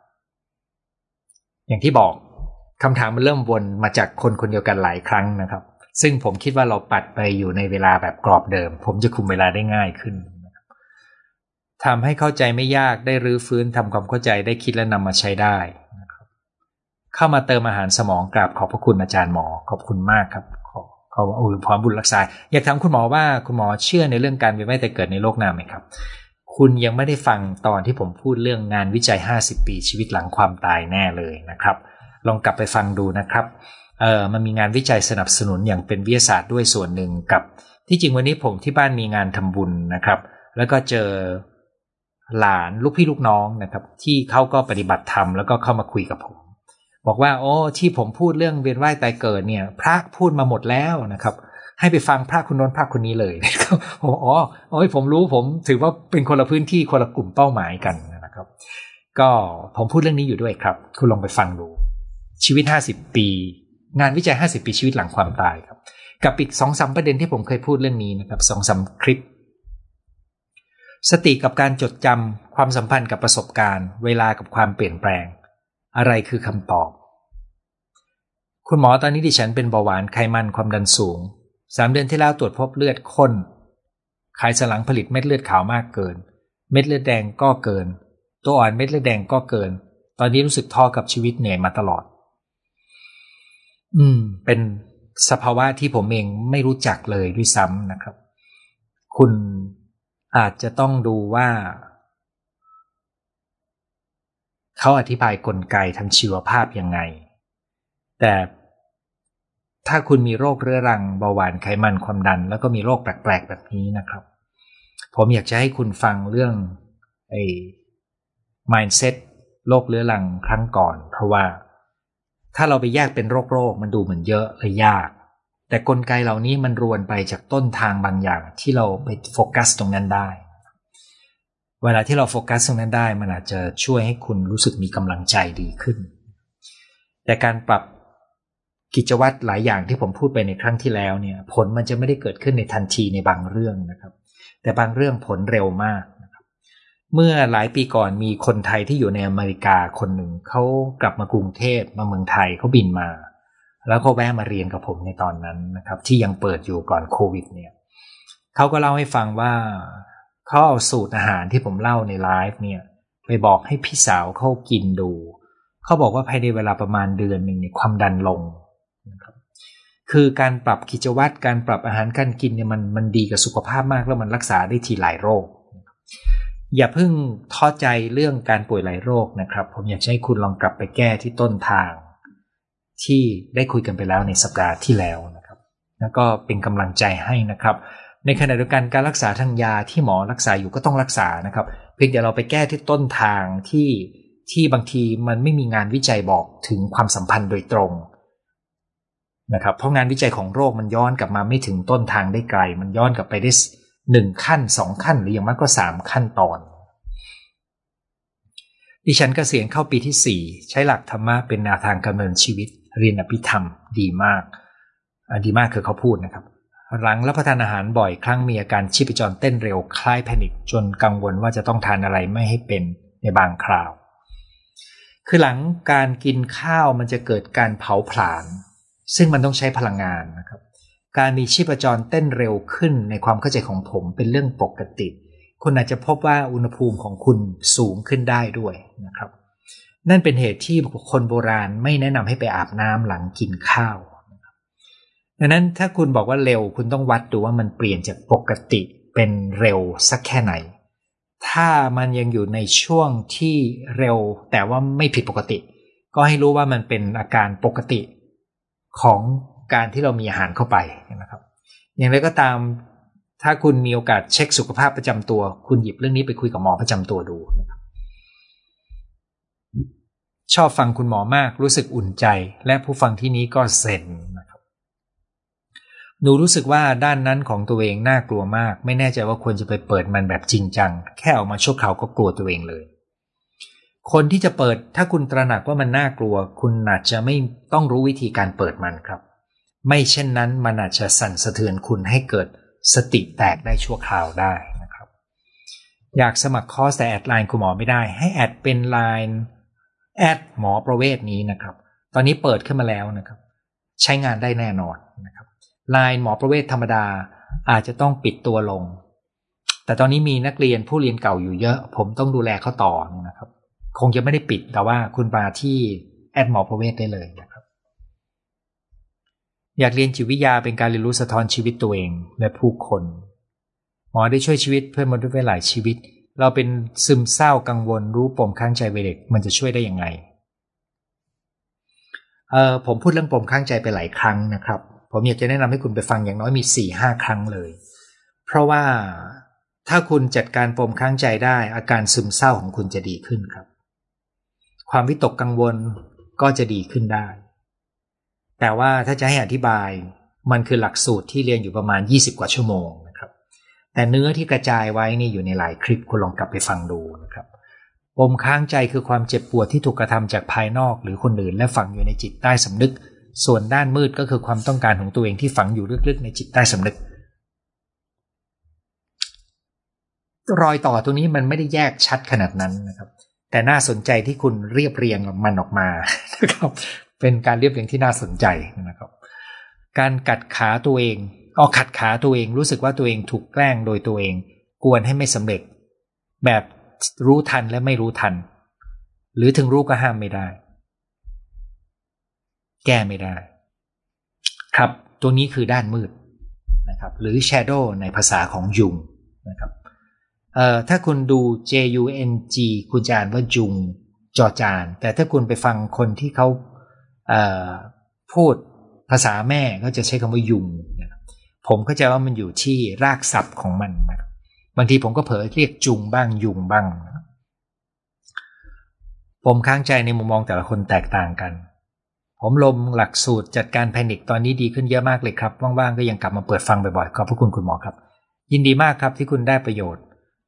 อย่างที่บอกคำถามมันเริ่มวนมาจากคนคนเดียวกันหลายครั้งนะครับซึ่งผมคิดว่าเราปัดไปอยู่ในเวลาแบบกรอบเดิมผมจะคุมเวลาได้ง่ายขึ้นทำให้เข้าใจไม่ยากได้รื้อฟื้นทำความเข้าใจได้คิดและนำมาใช้ได้นะครับเข้ามาเติมอาหารสมองกราบขอบพระคุณอาจารย์หมอขอบคุณมากครับขอพรบุญรักษาอยากถามคุณหมอว่าคุณหมอเชื่อในเรื่องการเวียนว่ายตายเกิดในโลกหน้าไหมครับคุณยังไม่ได้ฟังตอนที่ผมพูดเรื่องงานวิจัย50 ปีชีวิตหลังความตายแน่เลยนะครับลองกลับไปฟังดูนะครับมันมีงานวิจัยสนับสนุนอย่างเป็นวิทยาศาสตร์ด้วยส่วนหนึ่งกับที่จริงวันนี้ผมที่บ้านมีงานทำบุญนะครับแล้วก็เจอหลานลูกพี่ลูกน้องนะครับที่เขาก็ปฏิบัติธรรมแล้วก็เข้ามาคุยกับผมบอกว่าโอ้ที่ผมพูดเรื่องเวียนว่ายตายเกิดเนี่ยพระพูดมาหมดแล้วนะครับให้ไปฟังพระคนโน้นพระคนนี้เลยผมรู้ผมถือว่าเป็นคนละพื้นที่คนละกลุ่มเป้าหมายกันนะครับก็ผมพูดเรื่องนี้อยู่ด้วยครับคุณลองไปฟังดูชีวิต50 ปีงานวิจัย50 ปีชีวิตหลังความตายครับกับอีก 2-3 ประเด็นที่ผมเคยพูดเรื่องนี้นะครับ 2-3 คลิปสติกับการจดจำความสัมพันธ์กับประสบการณ์เวลากับความเปลี่ยนแปลงอะไรคือคำตอบคุณหมอตอนนี้ดิฉันเป็นเบาหวานไขมันความดันสูง3 เดือนที่แล้วตรวจพบเลือดข้นไขสันหลังผลิตเม็ดเลือดขาวมากเกินเม็ดเลือดแดงก็เกินตัวอ่อนเม็ดเลือดแดงก็เกินตอนนี้รู้สึกท้อกับชีวิตเหนื่อยมาตลอดเป็นสภาวะที่ผมเองไม่รู้จักเลยด้วยซ้ำนะครับคุณอาจจะต้องดูว่าเขาอธิบายกลไกทางชีวภาพยังไงแต่ถ้าคุณมีโรคเรื้อรังเบาหวานไขมันความดันแล้วก็มีโรคแปลกๆแบบนี้นะครับผมอยากจะให้คุณฟังเรื่องmindset โรคเรื้อรังครั้งก่อนเพราะว่าถ้าเราไปแยกเป็นโรคมันดูเหมือนเยอะและยากแต่กลไกเหล่านี้มันรวนไปจากต้นทางบางอย่างที่เราไปโฟกัสตรงนั้นได้เวลาที่เราโฟกัสตรงนั้นได้มันอาจจะช่วยให้คุณรู้สึกมีกำลังใจดีขึ้นแต่การปรับกิจวัตรหลายอย่างที่ผมพูดไปในครั้งที่แล้วเนี่ยผลมันจะไม่ได้เกิดขึ้นในทันทีในบางเรื่องนะครับแต่บางเรื่องผลเร็วมากนะครับเมื่อหลายปีก่อนมีคนไทยที่อยู่ในอเมริกาคนหนึ่งเขากลับมากรุงเทพมาเมืองไทยเขาบินมาแล้วก็แวะมาเรียนกับผมในตอนนั้นนะครับที่ยังเปิดอยู่ก่อนโควิดเนี่ยเขาก็เล่าให้ฟังว่าเขาเอาสูตรอาหารที่ผมเล่าในไลฟ์เนี่ยไปบอกให้พี่สาวเขากินดูเขาบอกว่าภายในเวลาประมาณเดือนนึงเนี่ยความดันลงนะครับคือการปรับกิจวัตรการปรับอาหารการกินเนี่ยมันดีกับสุขภาพมากแล้วมันรักษาได้ทีหลายโรคอย่าเพิ่งท้อใจเรื่องการป่วยหลายโรคนะครับผมอยากให้คุณลองกลับไปแก้ที่ต้นทางที่ได้คุยกันไปแล้วในสัปดาห์ที่แล้วนะครับแล้วก็เป็นกำลังใจให้นะครับในขณะเดียวกันการรักษาทางยาที่หมอรักษาอยู่ก็ต้องรักษานะครับเพียงแต่เราไปแก้ที่ต้นทางที่บางทีมันไม่มีงานวิจัยบอกถึงความสัมพันธ์โดยตรงนะครับเพราะงานวิจัยของโรคมันย้อนกลับมาไม่ถึงต้นทางได้ไกลมันย้อนกลับไปได้1ขั้น2ขั้นหรืออย่างมากก็3ขั้นตอนดิฉันเกษียณเข้าปีที่4ใช้หลักธรรมะเป็นแนวทางดำเนินชีวิตเรียนอภิธรรมดีมากคือเขาพูดนะครับหลังรับประทานอาหารบ่อยครั้งมีอาการชีพจรเต้นเร็วคล้ายแพนิคจนกังวลว่าจะต้องทานอะไรไม่ให้เป็นในบางคราวคือหลังการกินข้าวมันจะเกิดการเผาผลาญซึ่งมันต้องใช้พลังงานนะครับการมีชีพจรเต้นเร็วขึ้นในความเข้าใจของผมเป็นเรื่องปกติคุณอาจจะพบว่าอุณหภูมิของคุณสูงขึ้นได้ด้วยนะครับนั่นเป็นเหตุที่คนโบราณไม่แนะนำให้ไปอาบน้ำหลังกินข้าวดังนั้นถ้าคุณบอกว่าเร็วคุณต้องวัดดูว่ามันเปลี่ยนจากปกติเป็นเร็วสักแค่ไหนถ้ามันยังอยู่ในช่วงที่เร็วแต่ว่าไม่ผิดปกติก็ให้รู้ว่ามันเป็นอาการปกติของการที่เรามีอาหารเข้าไปนะครับอย่างไรก็ตามถ้าคุณมีโอกาสเช็คสุขภาพประจำตัวคุณหยิบเรื่องนี้ไปคุยกับหมอประจำตัวดูนะครับชอบฟังคุณหมอมากรู้สึกอุ่นใจและผู้ฟังที่นี้ก็เซนนะครับหนูรู้สึกว่าด้านนั้นของตัวเองน่ากลัวมากไม่แน่ใจว่าควรจะไปเปิดมันแบบจริงจังแค่ออกมาชั่วคราวก็กลัวตัวเองเลยคนที่จะเปิดถ้าคุณตระหนักว่ามันน่ากลัวคุณอาจจะไม่ต้องรู้วิธีการเปิดมันครับไม่เช่นนั้นมันอาจจะสั่นสะเทือนคุณให้เกิดสติแตกได้ชั่วคราวได้นะครับอยากสมัครคอร์สแต่แอดไลน์คุณหมอไม่ได้ให้แอดเป็นไลน์แอดหมอประเวศนี้นะครับตอนนี้เปิดขึ้นมาแล้วนะครับใช้งานได้แน่นอนนะครับไลน์หมอประเวศธรรมดาอาจจะต้องปิดตัวลงแต่ตอนนี้มีนักเรียนผู้เรียนเก่าอยู่เยอะผมต้องดูแลเขาต่อนะครับคงจะไม่ได้ปิดแต่ว่าคุณมาที่แอดหมอประเวศได้เลยนะครับอยากเรียนจิตวิทยาเป็นการเรียนรู้สะท้อนชีวิตตัวเองและผู้คนหมอได้ช่วยชีวิตเพื่อนมนุษย์ไว้หลายชีวิตเราเป็นซึมเศร้ากังวลรู้ปมข้างใจวัยเด็กมันจะช่วยได้ยังไงผมพูดเรื่องปมข้างใจไปหลายครั้งนะครับผมอยากจะแนะนำให้คุณไปฟังอย่างน้อยมี 4-5 ครั้งเลยเพราะว่าถ้าคุณจัดการปมข้างใจได้อาการซึมเศร้าของคุณจะดีขึ้นครับความวิตกกังวลก็จะดีขึ้นได้แต่ว่าถ้าจะให้อธิบายมันคือหลักสูตรที่เรียนอยู่ประมาณ20กว่าชั่วโมงนะครับแต่เนื้อที่กระจายไว้นี่อยู่ในหลายคลิปคุณลองกลับไปฟังดูนะครับปมข้างใจคือความเจ็บปวดที่ถูกกระทำจากภายนอกหรือคนอื่นและฝังอยู่ในจิตใต้สำนึกส่วนด้านมืดก็คือความต้องการของตัวเองที่ฝังอยู่ลึกๆในจิตใต้สำนึกรอยต่อตรงนี้มันไม่ได้แยกชัดขนาดนั้นนะครับแต่น่าสนใจที่คุณเรียบเรียงมันออกมานะครับเป็นการเรียบเรียงที่น่าสนใจนะครับการขัดขาตัวเองรู้สึกว่าตัวเองถูกแกล้งโดยตัวเองกวนให้ไม่สำเร็จแบบรู้ทันและไม่รู้ทันหรือถึงรู้ก็ห้ามไม่ได้แก้ไม่ได้ครับตัวนี้คือด้านมืดนะครับหรือ shadow ในภาษาของยุงนะครับถ้าคุณดู JUNG คุณจะอ่านว่าจุงจอจานแต่ถ้าคุณไปฟังคนที่เขาพูดภาษาแม่ก็จะใช้คำว่ายุงนะครับผมเข้าใจว่ามันอยู่ที่รากศัพท์ของมันนะครับบางทีผมก็เผลอเรียกจุงบ้างยุงบ้างนะครับปมข้างใจในมุมมองแต่ละคนแตกต่างกันผมลงหลักสูตรจัดการแพนิคตอนนี้ดีขึ้นเยอะมากเลยครับว่างๆก็ยังกลับมาเปิดฟังบ่อยๆขอบพระคุณคุณหมอครับยินดีมากครับที่คุณได้ประโยชน์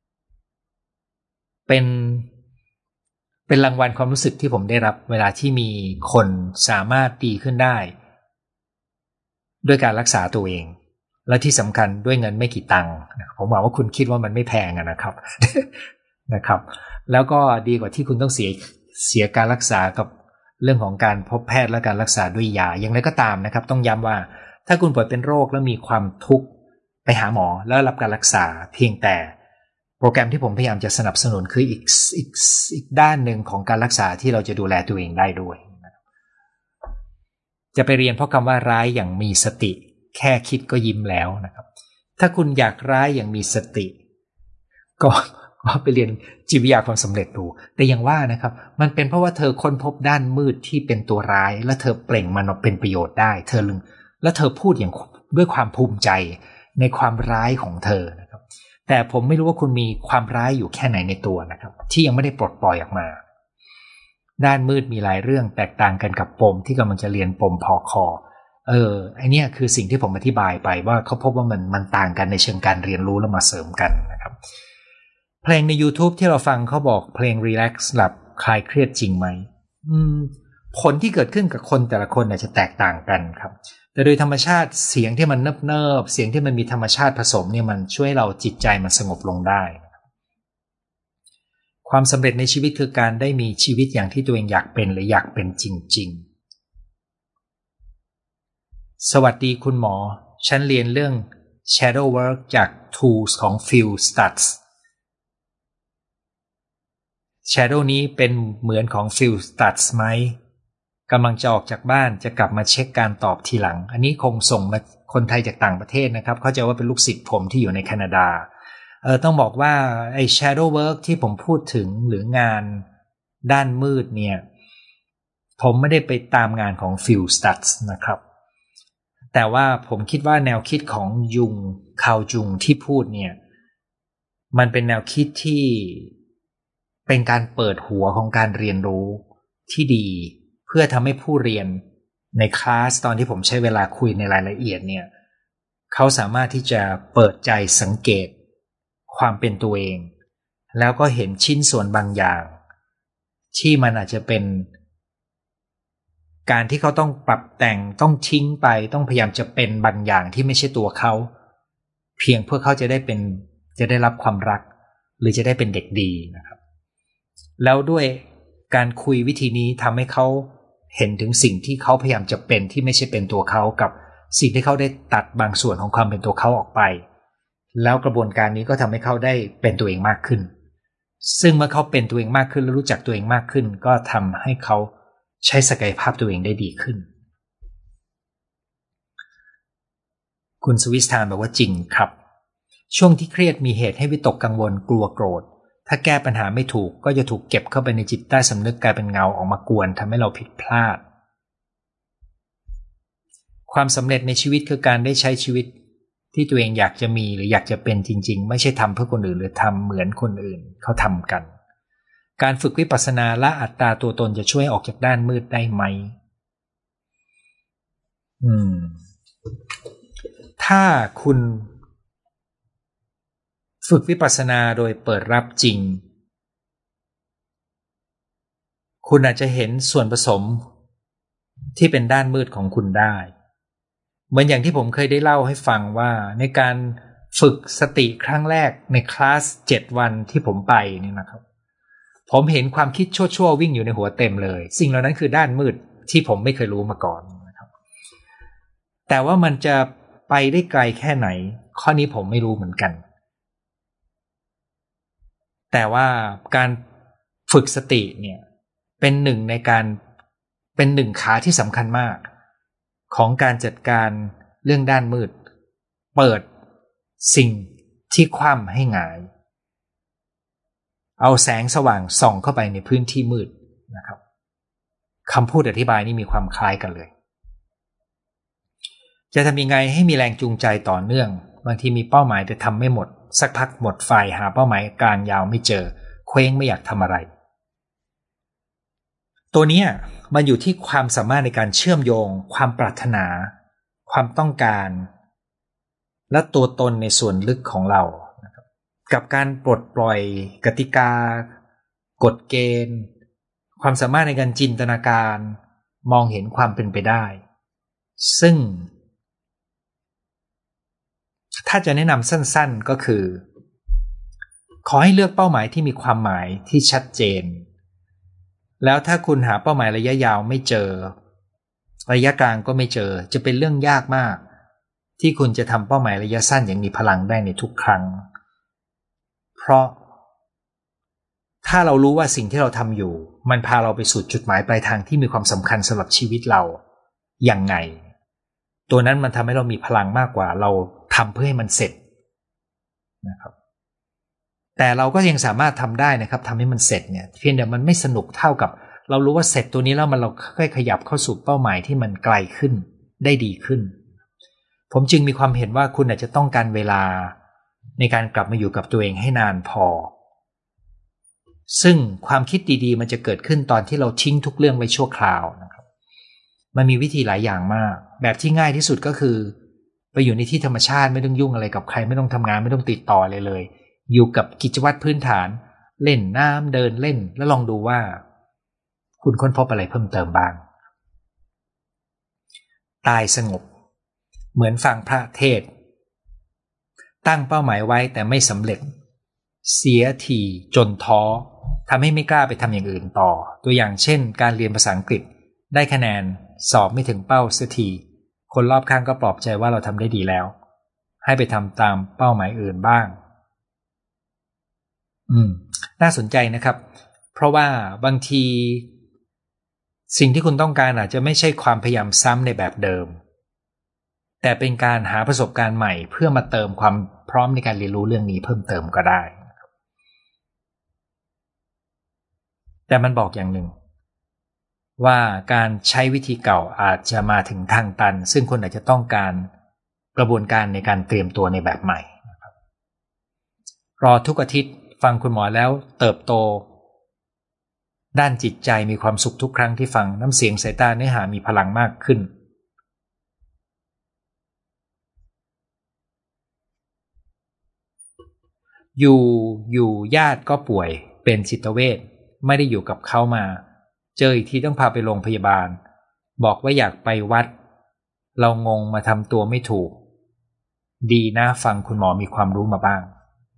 เป็นรางวัลความรู้สึกที่ผมได้รับเวลาที่มีคนสามารถดีขึ้นได้ด้วยการรักษาตัวเองและที่สำคัญด้วยเงินไม่กี่ตังค์ผมหวังว่าคุณคิดว่ามันไม่แพงนะครับ นะครับแล้วก็ดีกว่าที่คุณต้องเสียการรักษากับเรื่องของการพบแพทย์และการรักษาด้วยยาอย่างไรก็ตามนะครับต้องย้ำว่าถ้าคุณป่วยเป็นโรคแล้วมีความทุกข์ไปหาหมอแล้วรับการรักษาเพียงแต่โปรแกรมที่ผมพยายามจะสนับสนุนคืออีกด้านหนึ่งของการรักษาที่เราจะดูแลตัวเองได้ด้วยจะไปเรียนเพราะคำว่าร้ายอย่างมีสติแค่คิดก็ยิ้มแล้วนะครับถ้าคุณอยากร้ายอย่างมีสติก็ไปเรียนจิตวิทยาความสำเร็จดูแต่ยังว่านะครับมันเป็นเพราะว่าเธอค้นพบด้านมืดที่เป็นตัวร้ายและเธอเปล่งมันออกเป็นประโยชน์ได้และเธอพูดอย่างด้วยความภูมิใจในความร้ายของเธอนะครับแต่ผมไม่รู้ว่าคุณมีความร้ายอยู่แค่ไหนในตัวนะครับที่ยังไม่ได้ปลดปล่อยออกมาด้านมืดมีหลายเรื่องแตกต่างกันกับปมที่กำลังจะเรียนปมพอคอไอเนี้ยคือสิ่งที่ผมอธิบายไปว่าเขาพบว่ามันต่างกันในเชิงการเรียนรู้แล้วมาเสริมกันนะครับเพลงใน YouTube ที่เราฟังเขาบอกเพลง Relax หลับคลายเครียดจริงไหมผลที่เกิดขึ้นกับคนแต่ละคนอาจจะแตกต่างกันครับแต่โดยธรรมชาติเสียงที่มันเนิบๆเสียงที่มันมีธรรมชาติผสมเนี่ยมันช่วยเราจิตใจมันสงบลงได้ความสำเร็จในชีวิตคือการได้มีชีวิตอย่างที่ตัวเองอยากเป็นหรืออยากเป็นจริงๆสวัสดีคุณหมอฉันเรียนเรื่อง Shadow Work จาก Tools ของ Phil Stutz Shadow นี้เป็นเหมือนของ Phil Stutz ไหมกำลังจะออกจากบ้านจะกลับมาเช็คการตอบทีหลังอันนี้คงส่งมาคนไทยจากต่างประเทศนะครับเข้าใจว่าเป็นลูกศิษย์ผมที่อยู่ในแคนาดาต้องบอกว่าไอ้ shadow work ที่ผมพูดถึงหรืองานด้านมืดเนี่ยผมไม่ได้ไปตามงานของ Phil Stutz นะครับแต่ว่าผมคิดว่าแนวคิดของคาวจุงที่พูดเนี่ยมันเป็นแนวคิดที่เป็นการเปิดหัวของการเรียนรู้ที่ดีเพื่อทำให้ผู้เรียนในคลาสตอนที่ผมใช้เวลาคุยในรายละเอียดเนี่ยเขาสามารถที่จะเปิดใจสังเกตความเป็นตัวเองแล้วก็เห็นชิ้นส่วนบางอย่างที่มันอาจจะเป็นการที่เขาต้องปรับแต่งต้องทิ้งไปต้องพยายามจะเป็นบางอย่างที่ไม่ใช่ตัวเขาเพียงเพื่อเขาจะได้รับความรักหรือจะได้เป็นเด็กดีนะครับแล้วด้วยการคุยวิธีนี้ทำให้เขาเห็นถึงสิ่งที่เขาพยายามจะเป็นที่ไม่ใช่เป็นตัวเขากับสิ่งที่เขาได้ตัดบางส่วนของความเป็นตัวเขาออกไปแล้วกระบวนการนี้ก็ทำให้เขาได้เป็นตัวเองมากขึ้นซึ่งเมื่อเขาเป็นตัวเองมากขึ้นและรู้จักตัวเองมากขึ้นก็ทำให้เขาใช้ศักยภาพตัวเองได้ดีขึ้นคุณสวิสทานบอกว่าจริงครับช่วงที่เครียดมีเหตุให้วิตกกังวลกลัวโกรธถ้าแก้ปัญหาไม่ถูกก็จะถูกเก็บเข้าไปในจิตใต้สำนึกกลายเป็นเงาออกมากวนทำให้เราผิดพลาดความสำเร็จในชีวิตคือการได้ใช้ชีวิตที่ตัวเองอยากจะมีหรืออยากจะเป็นจริงๆไม่ใช่ทำเพื่อคนอื่นหรือทำเหมือนคนอื่นเขาทำกันการฝึกวิปัสสนาละอัตตาตัวตนจะช่วยออกจากด้านมืดได้ไหมถ้าคุณฝึกวิปัสสนาโดยเปิดรับจริงคุณอาจจะเห็นส่วนผสมที่เป็นด้านมืดของคุณได้เหมือนอย่างที่ผมเคยได้เล่าให้ฟังว่าในการฝึกสติครั้งแรกในคลาส7วันที่ผมไปนี่นะครับผมเห็นความคิดชั่วๆวิ่งอยู่ในหัวเต็มเลยสิ่งเหล่านั้นคือด้านมืดที่ผมไม่เคยรู้มาก่อนนะครับแต่ว่ามันจะไปได้ไกลแค่ไหนข้อนี้ผมไม่รู้เหมือนกันแต่ว่าการฝึกสติเนี่ยเป็นหนึ่งขาที่สำคัญมากของการจัดการเรื่องด้านมืดเปิดสิ่งที่คว่ำให้หงายเอาแสงสว่างส่องเข้าไปในพื้นที่มืดนะครับคำพูดอธิบายนี่มีความคล้ายกันเลยจะทำยังไงให้มีแรงจูงใจต่อเนื่องบางทีมีเป้าหมายแต่ทำไม่หมดสักพักหมดไฟหาเป้าหมายกลางยาวไม่เจอเคว้งไม่อยากทำอะไรตัวนี้มันอยู่ที่ความสามารถในการเชื่อมโยงความปรารถนาความต้องการและตัวตนในส่วนลึกของเรานะครับกับการปลดปล่อยกติกากฎเกณฑ์ความสามารถในการจินตนาการมองเห็นความเป็นไปได้ซึ่งถ้าจะแนะนำสั้นๆก็คือขอให้เลือกเป้าหมายที่มีความหมายที่ชัดเจนแล้วถ้าคุณหาเป้าหมายระยะยาวไม่เจอระยะกลางก็ไม่เจอจะเป็นเรื่องยากมากที่คุณจะทำเป้าหมายระยะสั้นอย่างมีพลังได้ในทุกครั้งเพราะถ้าเรารู้ว่าสิ่งที่เราทำอยู่มันพาเราไปสู่จุดหมายปลายทางที่มีความสำคัญสำหรับชีวิตเราอย่างไงตัวนั้นมันทำให้เรามีพลังมากกว่าเราทำเพื่อให้มันเสร็จนะครับแต่เราก็ยังสามารถทำได้นะครับทำให้มันเสร็จเนี่ยเพียงแต่มันไม่สนุกเท่ากับเรารู้ว่าเสร็จตัวนี้แล้วเราค่อยๆขยับเข้าสู่เป้าหมายที่มันไกลขึ้นได้ดีขึ้นผมจึงมีความเห็นว่าคุณอาจจะต้องการเวลาในการกลับมาอยู่กับตัวเองให้นานพอซึ่งความคิดดีๆมันจะเกิดขึ้นตอนที่เราทิ้งทุกเรื่องไว้ชั่วคราวนะครับมันมีวิธีหลายอย่างมากแบบที่ง่ายที่สุดก็คือไปอยู่ในที่ธรรมชาติไม่ต้องยุ่งอะไรกับใครไม่ต้องทำงานไม่ต้องติดต่อเลยอยู่กับกิจวัตรพื้นฐานเล่นน้ำเดินเล่นแล้วลองดูว่าคุณค้นพบอะไรเพิ่มเติมบ้างตายสงบเหมือนฟังพระเทศตั้งเป้าหมายไว้แต่ไม่สำเร็จเสียทีจนท้อทำให้ไม่กล้าไปทำอย่างอื่นต่อตัวอย่างเช่นการเรียนภาษาอังกฤษได้คะแนนสอบไม่ถึงเป้าสักทีคนรอบข้างก็ปลอบใจว่าเราทำได้ดีแล้วให้ไปทำตามเป้าหมายอื่นบ้างน่าสนใจนะครับเพราะว่าบางทีสิ่งที่คุณต้องการอาจจะไม่ใช่ความพยายามซ้ำในแบบเดิมแต่เป็นการหาประสบการณ์ใหม่เพื่อมาเติมความพร้อมในการเรียนรู้เรื่องนี้เพิ่มเติมก็ได้แต่มันบอกอย่างหนึ่งว่าการใช้วิธีเก่าอาจจะมาถึงทางตันซึ่งคุณอาจจะต้องการกระบวนการในการเตรียมตัวในแบบใหม่นะครับรอทุกอาทิตย์ฟังคุณหมอแล้วเติบโตด้านจิตใจมีความสุขทุกครั้งที่ฟังน้ำเสียงสายตาเนื้อหามีพลังมากขึ้นอยู่ญาติก็ป่วยเป็นจิตเวชไม่ได้อยู่กับเขามาเจออีกทีต้องพาไปโรงพยาบาลบอกว่าอยากไปวัดเรางงมาทำตัวไม่ถูกดีนะฟังคุณหมอมีความรู้มาบ้าง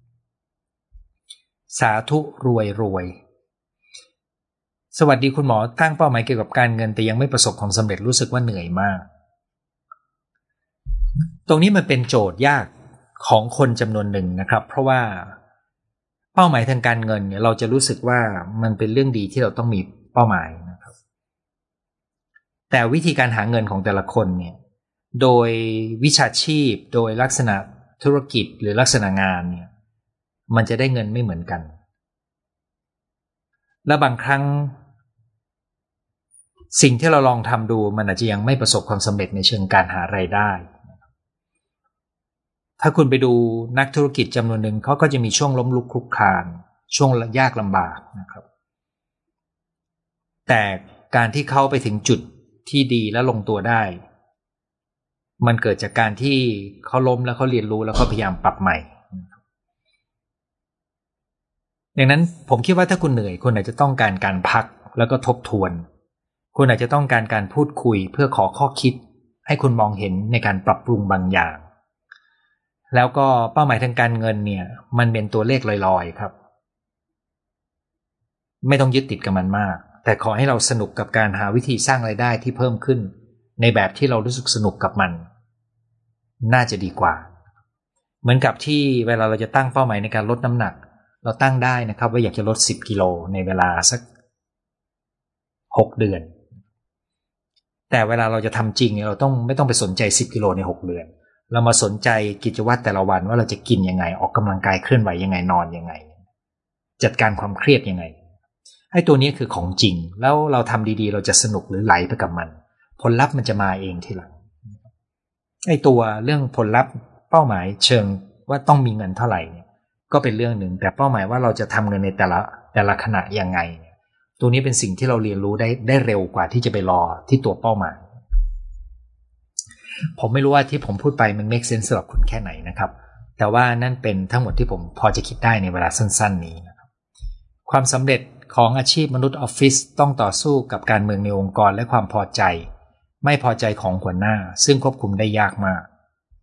สาธุรวยสวัสดีคุณหมอตั้งเป้าหมายเกี่ยวกับการเงินแต่ยังไม่ประสบความสำเร็จรู้สึกว่าเหนื่อยมากตรงนี้มันเป็นโจทย์ยากของคนจำนวนหนึ่งนะครับเพราะว่าเป้าหมายทางการเงินเนี่ยเราจะรู้สึกว่ามันเป็นเรื่องดีที่เราต้องมีเป้าหมายนะครับแต่วิธีการหาเงินของแต่ละคนเนี่ยโดยวิชาชีพโดยลักษณะธุรกิจหรือลักษณะงานเนี่ยมันจะได้เงินไม่เหมือนกันและบางครั้งสิ่งที่เราลองทำดูมันอาจจะยังไม่ประสบความสำเร็จในเชิงการหารายได้ถ้าคุณไปดูนักธุรกิจจำนวนหนึ่งเขาก็จะมีช่วงล้มลุกคลุกคลานช่วงยากลำบากนะครับแต่การที่เขาไปถึงจุดที่ดีและลงตัวได้มันเกิดจากการที่เขาล้มแล้วเขาเรียนรู้แล้วเขาพยายามปรับใหม่ดังนั้นผมคิดว่าถ้าคุณเหนื่อยคุณอาจจะต้องการการพักแล้วก็ทบทวนคุณอาจจะต้องการการพูดคุยเพื่อขอข้อคิดให้คุณมองเห็นในการปรับปรุงบางอย่างแล้วก็เป้าหมายทางการเงินเนี่ยมันเป็นตัวเลขลอยๆครับไม่ต้องยึดติดกับมันมากแต่ขอให้เราสนุกกับการหาวิธีสร้างรายได้ที่เพิ่มขึ้นในแบบที่เรารู้สึกสนุกกับมันน่าจะดีกว่าเหมือนกับที่เวลาเราจะตั้งเป้าหมายในการลดน้ำหนักเราตั้งได้นะครับว่าอยากจะลด10กิโลในเวลาสัก6เดือนแต่เวลาเราจะทำจริงเราไม่ต้องไปสนใจ10กิโลใน6เดือนเรามาสนใจกิจวัตรแต่ละวันว่าเราจะกินยังไงออกกำลังกายเคลื่อนไหวยังไงนอนยังไงจัดการความเครียดยังไงไอ้ตัวนี้คือของจริงแล้วเราทำดีๆเราจะสนุกหรือไหลไปกับมันผลลัพธ์มันจะมาเองทีหลังไอ้ตัวเรื่องผลลัพธ์เป้าหมายเชิงว่าต้องมีเงินเท่าไหร่เนี่ยก็เป็นเรื่องหนึ่งแต่เป้าหมายว่าเราจะทำเงินในแต่ละขณะยังไงตัวนี้เป็นสิ่งที่เราเรียนรู้ได้เร็วกว่าที่จะไปรอที่ตัวเป้าหมายผมไม่รู้ว่าที่ผมพูดไปมัน make sense สำหรับคุณแค่ไหนนะครับแต่ว่านั่นเป็นทั้งหมดที่ผมพอจะคิดได้ในเวลาสั้นๆนี้นะครับความสำเร็จของอาชีพมนุษย์ออฟฟิศต้องต่อสู้กับการเมืองในองค์กรและความพอใจไม่พอใจของหัวหน้าซึ่งควบคุมได้ยากมาก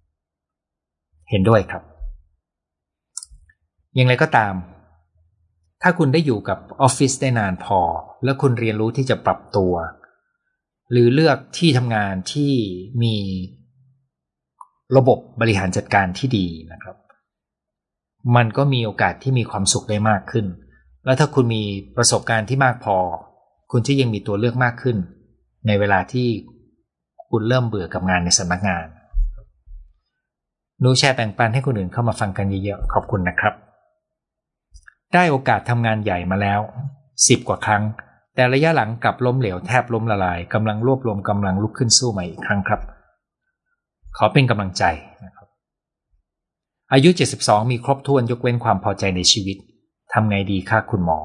เห็นด้วยครับอย่างไรก็ตามถ้าคุณได้อยู่กับออฟฟิศได้นานพอแล้วคุณเรียนรู้ที่จะปรับตัวหรือเลือกที่ทำงานที่มีระบบบริหารจัดการที่ดีนะครับมันก็มีโอกาสที่มีความสุขได้มากขึ้นแล้วถ้าคุณมีประสบการณ์ที่มากพอคุณจะยังมีตัวเลือกมากขึ้นในเวลาที่คุณเริ่มเบื่อกับงานในสำนักงานหนูแชร์แบ่งปันให้คนอื่นเข้ามาฟังกันเยอะๆขอบคุณนะครับได้โอกาสทำงานใหญ่มาแล้ว10 กว่าครั้งแต่ระยะหลังกลับล้มเหลวแทบล้มละลายกำลังรวบรวมกำลังลุกขึ้นสู้ใหม่อีกครั้งครับขอเป็นกำลังใจนะครับอายุ72มีครบถ้วนยกเว้นความพอใจในชีวิตทำไงดีคะคุณหมอ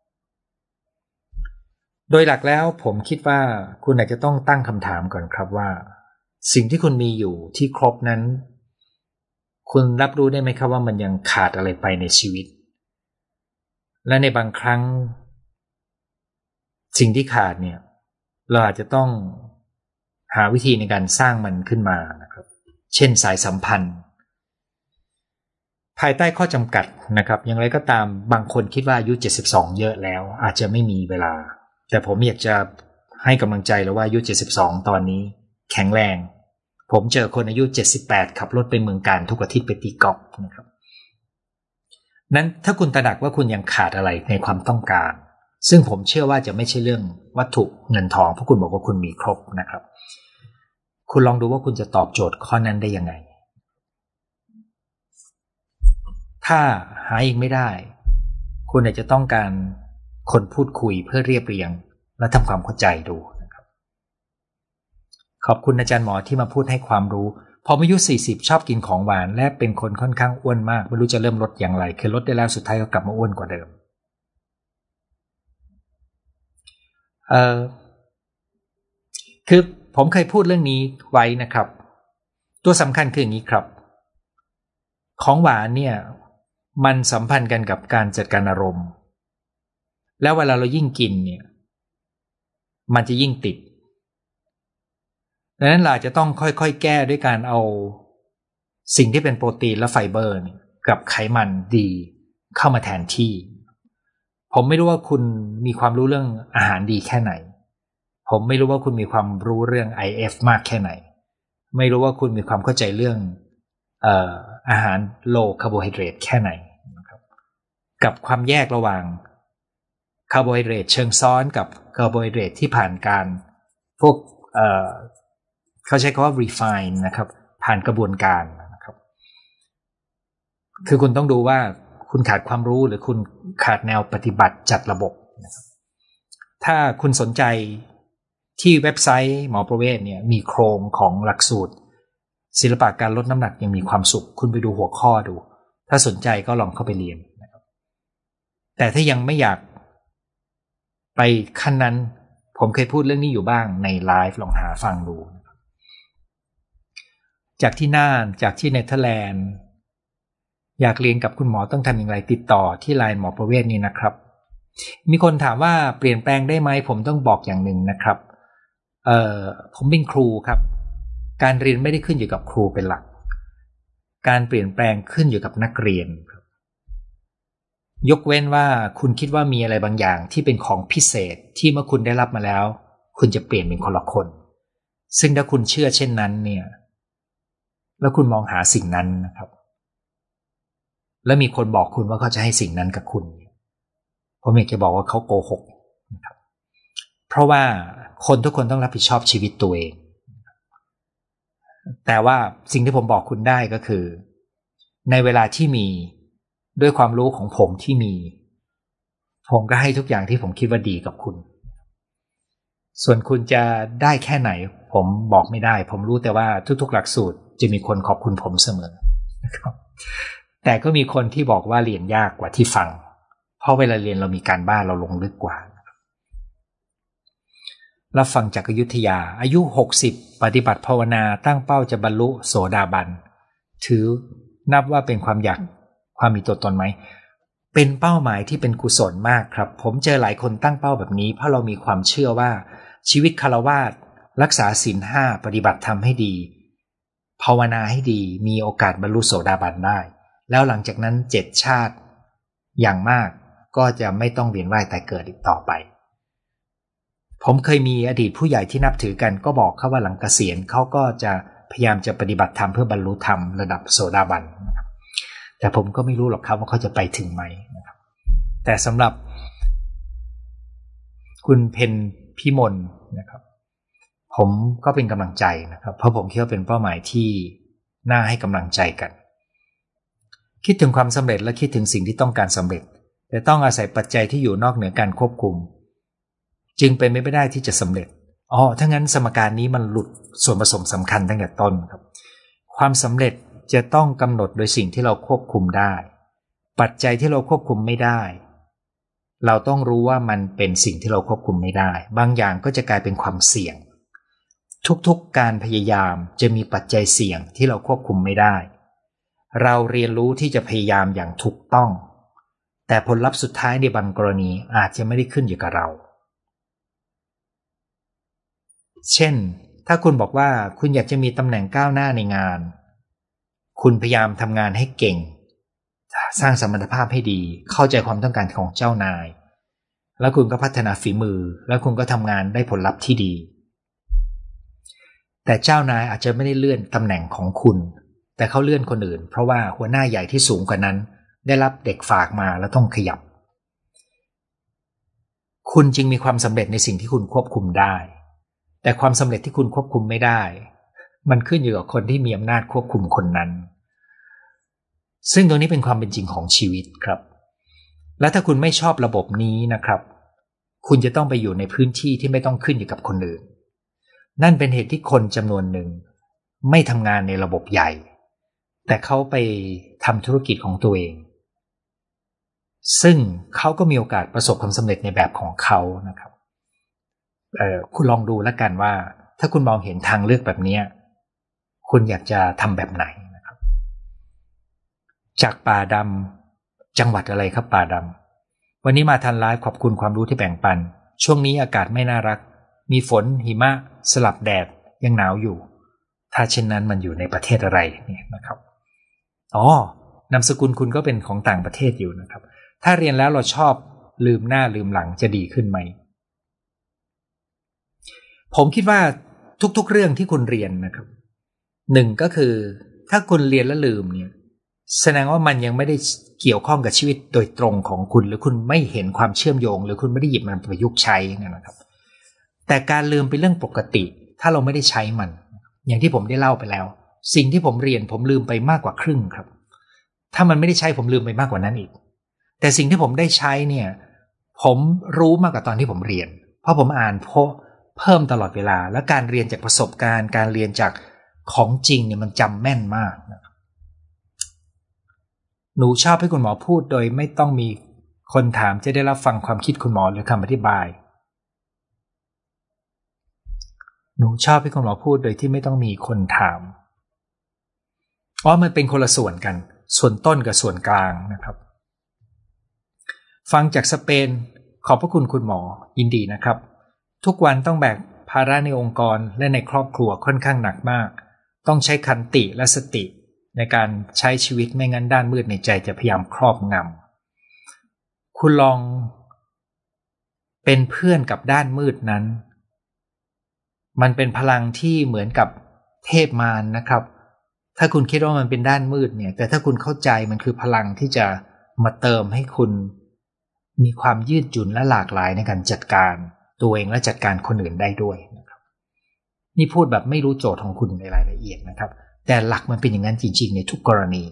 โดยหลักแล้วผมคิดว่าคุณอาจจะต้องตั้งคำถามก่อนครับว่าสิ่งที่คุณมีอยู่ที่ครบนั้นคุณรับรู้ได้ไหมครับว่ามันยังขาดอะไรไปในชีวิตและในบางครั้งสิ่งที่ขาดเนี่ยเราอาจจะต้องหาวิธีในการสร้างมันขึ้นมานะครับเช่นสายสัมพันธ์ภายใต้ข้อจำกัดนะครับอย่างไรก็ตามบางคนคิดว่าอายุ72เยอะแล้วอาจจะไม่มีเวลาแต่ผมอยากจะให้กำลังใจแล้วว่าอายุ72ตอนนี้แข็งแรงผมเจอคนอายุ78ขับรถไปเมืองกาญทุกอาทิตย์ไปตีกอล์ฟนะครับนั้นถ้าคุณตระหนักว่าคุณยังขาดอะไรในความต้องการซึ่งผมเชื่อว่าจะไม่ใช่เรื่องวัตถุเงินทองเพราะคุณบอกว่าคุณมีครบนะครับคุณลองดูว่าคุณจะตอบโจทย์ข้อนั้นได้ยังไงถ้าหาเองไม่ได้คุณอาจจะต้องการคนพูดคุยเพื่อเรียบเรียงและทำความเข้าใจดูนะครับขอบคุณอาจารย์หมอที่มาพูดให้ความรู้พออายุ40ชอบกินของหวานและเป็นคนค่อนข้างอ้วนมากไม่รู้จะเริ่มลดอย่างไรคือลดได้แล้วสุดท้ายก็กลับมาอ้วนกว่าเดิมคือผมเคยพูดเรื่องนี้ไว้นะครับตัวสำคัญคืออย่างนี้ครับของหวานเนี่ยมันสัมพันธ์กันกับการจัดการอารมณ์แล้วเวลาเรายิ่งกินเนี่ยมันจะยิ่งติดดังนั้นเราจะต้องค่อยๆแก้ด้วยการเอาสิ่งที่เป็นโปรตีนและไฟเบอร์เนี่ยกับไขมันดีเข้ามาแทนที่ผมไม่รู้ว่าคุณมีความรู้เรื่องอาหารดีแค่ไหนผมไม่รู้ว่าคุณมีความรู้เรื่อง IF มากแค่ไหนไม่รู้ว่าคุณมีความเข้าใจเรื่องอาหาร low carbohydrate แค่ไหนนะครับกับความแยกระหว่างคาร์โบไฮเดรตเชิงซ้อนกับคาร์โบไฮเดรตที่ผ่านการพวกเขาใช้คำว่า refine นะครับผ่านกระบวนการนะครับคือคุณต้องดูว่าคุณขาดความรู้หรือคุณขาดแนวปฏิบัติจัดระบบนะครับถ้าคุณสนใจที่เว็บไซต์หมอประเวศเนี่ยมีโครงของหลักสูตรศิลปะการลดน้ำหนักยังมีความสุขคุณไปดูหัวข้อดูถ้าสนใจก็ลองเข้าไปเรียนนะครับแต่ถ้ายังไม่อยากไปขั้นนั้นผมเคยพูดเรื่องนี้อยู่บ้างในไลฟ์ลองหาฟังดูจากที่น่านจากที่เนเธอร์แลนด์อยากเรียนกับคุณหมอต้องทำอย่างไรติดต่อที่ไลน์หมอประเวศนี้นะครับมีคนถามว่าเปลี่ยนแปลงได้ไหมผมต้องบอกอย่างหนึ่งนะครับผมเป็นครูครับการเรียนไม่ได้ขึ้นอยู่กับครูเป็นหลักการเปลี่ยนแปลงขึ้นอยู่กับนักเรียนครับยกเว้นว่าคุณคิดว่ามีอะไรบางอย่างที่เป็นของพิเศษที่เมื่อคุณได้รับมาแล้วคุณจะเปลี่ยนเป็นคนละคนซึ่งถ้าคุณเชื่อเช่นนั้นเนี่ยแล้วคุณมองหาสิ่งนั้นนะครับแล้วมีคนบอกคุณว่าเขาจะให้สิ่งนั้นกับคุณผมอยากจะบอกว่าเขาโกหกนะครับเพราะว่าคนทุกคนต้องรับผิดชอบชีวิตตัวเองแต่ว่าสิ่งที่ผมบอกคุณได้ก็คือในเวลาที่มีด้วยความรู้ของผมที่มีผมก็ให้ทุกอย่างที่ผมคิดว่าดีกับคุณส่วนคุณจะได้แค่ไหนผมบอกไม่ได้ผมรู้แต่ว่าทุกๆหลักสูตรจะมีคนขอบคุณผมเสมอนะครับแต่ก็มีคนที่บอกว่าเรียนยากกว่าที่ฟังเพราะเวลาเรียนเรามีการบ้านเราลงลึกกว่ารับฟังจากอยุธยาอายุ60ปฏิบัติภาวนาตั้งเป้าจะบรรลุโสดาบันถือนับว่าเป็นความอยากความมีตัวตนไหมเป็นเป้าหมายที่เป็นกุศลมากครับผมเจอหลายคนตั้งเป้าแบบนี้เพราะเรามีความเชื่อว่าชีวิตฆราวาสรักษาศีล5ปฏิบัติธรรมให้ดีภาวนาให้ดีมีโอกาสบรรลุโสดาบันได้แล้วหลังจากนั้น7ชาติอย่างมากก็จะไม่ต้องเวียนว่ายตายเกิดอีกต่อไปผมเคยมีอดีตผู้ใหญ่ที่นับถือกันก็บอกเขาว่าหลังเกษียณเขาก็จะพยายามจะปฏิบัติธรรมเพื่อบรรลุธรรมระดับโสดาบันนะครับแต่ผมก็ไม่รู้หรอกครับว่าเขาจะไปถึงไหมนะครับแต่สำหรับคุณเพนพิมลนะครับผมก็เป็นกำลังใจนะครับเพราะผมคิดว่าเป็นเป้าหมายที่น่าให้กำลังใจกันคิดถึงความสำเร็จและคิดถึงสิ่งที่ต้องการสำเร็จแต่ต้องอาศัยปัจจัยที่อยู่นอกเหนือการควบคุมจึงเป็นไม่ได้ที่จะสำเร็จถ้างั้นสมการนี้มันหลุดส่วนผสมสำคัญตั้งแต่ต้นครับความสำเร็จจะต้องกำหนดโดยสิ่งที่เราควบคุมได้ปัจจัยที่เราควบคุมไม่ได้เราต้องรู้ว่ามันเป็นสิ่งที่เราควบคุมไม่ได้บางอย่างก็จะกลายเป็นความเสี่ยงทุกๆการพยายามจะมีปัจจัยเสี่ยงที่เราควบคุมไม่ได้เราเรียนรู้ที่จะพยายามอย่างถูกต้องแต่ผลลัพธ์สุดท้ายในบางกรณีอาจจะไม่ได้ขึ้นอยู่กับเราเช่นถ้าคุณบอกว่าคุณอยากจะมีตำแหน่งก้าวหน้าในงานคุณพยายามทำงานให้เก่งสร้างสมรรถภาพให้ดีเข้าใจความต้องการของเจ้านายแล้วคุณก็พัฒนาฝีมือแล้วคุณก็ทำงานได้ผลลัพธ์ที่ดีแต่เจ้านายอาจจะไม่ได้เลื่อนตำแหน่งของคุณแต่เขาเลื่อนคนอื่นเพราะว่าหัวหน้าใหญ่ที่สูงกว่านั้นได้รับเด็กฝากมาแล้วต้องขยับคุณจึงมีความสำเร็จในสิ่งที่คุณควบคุมได้แต่ความสำเร็จที่คุณควบคุมไม่ได้มันขึ้นอยู่กับคนที่มีอำนาจควบคุมคนนั้นซึ่งตรงนี้เป็นความเป็นจริงของชีวิตครับและถ้าคุณไม่ชอบระบบนี้นะครับคุณจะต้องไปอยู่ในพื้นที่ที่ไม่ต้องขึ้นอยู่กับคนอื่นนั่นเป็นเหตุที่คนจำนวนหนึ่งไม่ทำงานในระบบใหญ่แต่เขาไปทำธุรกิจของตัวเองซึ่งเขาก็มีโอกาสประสบความสำเร็จในแบบของเขานะครับคุณลองดูแล้วกันว่าถ้าคุณมองเห็นทางเลือกแบบนี้คุณอยากจะทำแบบไหนนะครับจากป่าดำจังหวัดอะไรครับป่าดำวันนี้มาทันไลฟ์ขอบคุณความรู้ที่แบ่งปันช่วงนี้อากาศไม่น่ารักมีฝนหิมะสลับแดดยังหนาวอยู่ถ้าเช่นนั้นมันอยู่ในประเทศอะไรเนี่ยนะครับนามสกุลคุณก็เป็นของต่างประเทศอยู่นะครับถ้าเรียนแล้วเราชอบลืมหน้าลืมหลังจะดีขึ้นไหมผมคิดว่าทุกๆเรื่องที่คุณเรียนนะครับหนึ่งก็คือถ้าคุณเรียนแล้วลืมเนี่ยแสดงว่ามันยังไม่ได้เกี่ยวข้องกับชีวิตโดยตรงของคุณหรือคุณไม่เห็นความเชื่อมโยงหรือคุณไม่ได้หยิบมันประยุกต์ใช้นะครับแต่การลืมเป็นเรื่องปกติถ้าเราไม่ได้ใช้มันอย่างที่ผมได้เล่าไปแล้วสิ่งที่ผมเรียนผมลืมไปมากกว่าครึ่งครับถ้ามันไม่ได้ใช้ผมลืมไปมากกว่านั้นอีกแต่สิ่งที่ผมได้ใช้เนี่ยผมรู้มากกว่าตอนที่ผมเรียนเพราะผมอ่านเพิ่มตลอดเวลาและการเรียนจากประสบการณ์การเรียนจากของจริงเนี่ยมันจำแม่นมากนะครับหนูชอบให้คุณหมอพูดโดยไม่ต้องมีคนถามจะได้รับฟังความคิดคุณหมอหรือคำอธิบายหนูชอบให้คุณหมอพูดโดยที่ไม่ต้องมีคนถามมันเป็นคนละส่วนกันส่วนต้นกับส่วนกลางนะครับฟังจากสเปนขอบพระคุณคุณหมอยินดีนะครับทุกวันต้องแบกภาระในองค์กรและในครอบครัวค่อนข้างหนักมากต้องใช้ขันติและสติในการใช้ชีวิตไม่งั้นด้านมืดในใจจะพยายามครอบงำคุณลองเป็นเพื่อนกับด้านมืดนั้นมันเป็นพลังที่เหมือนกับเทพมารนะครับถ้าคุณคิดว่ามันเป็นด้านมืดเนี่ยแต่ถ้าคุณเข้าใจมันคือพลังที่จะมาเติมให้คุณมีความยืดหยุ่นและหลากหลายในการจัดการตัวเองและจัดการคนอื่นได้ด้วยนะครับนี่พูดแบบไม่รู้โจทย์ของคุณในรายละเอียดนะครับแต่หลักมันเป็นอย่างนั้นจริงๆในทุกกรณี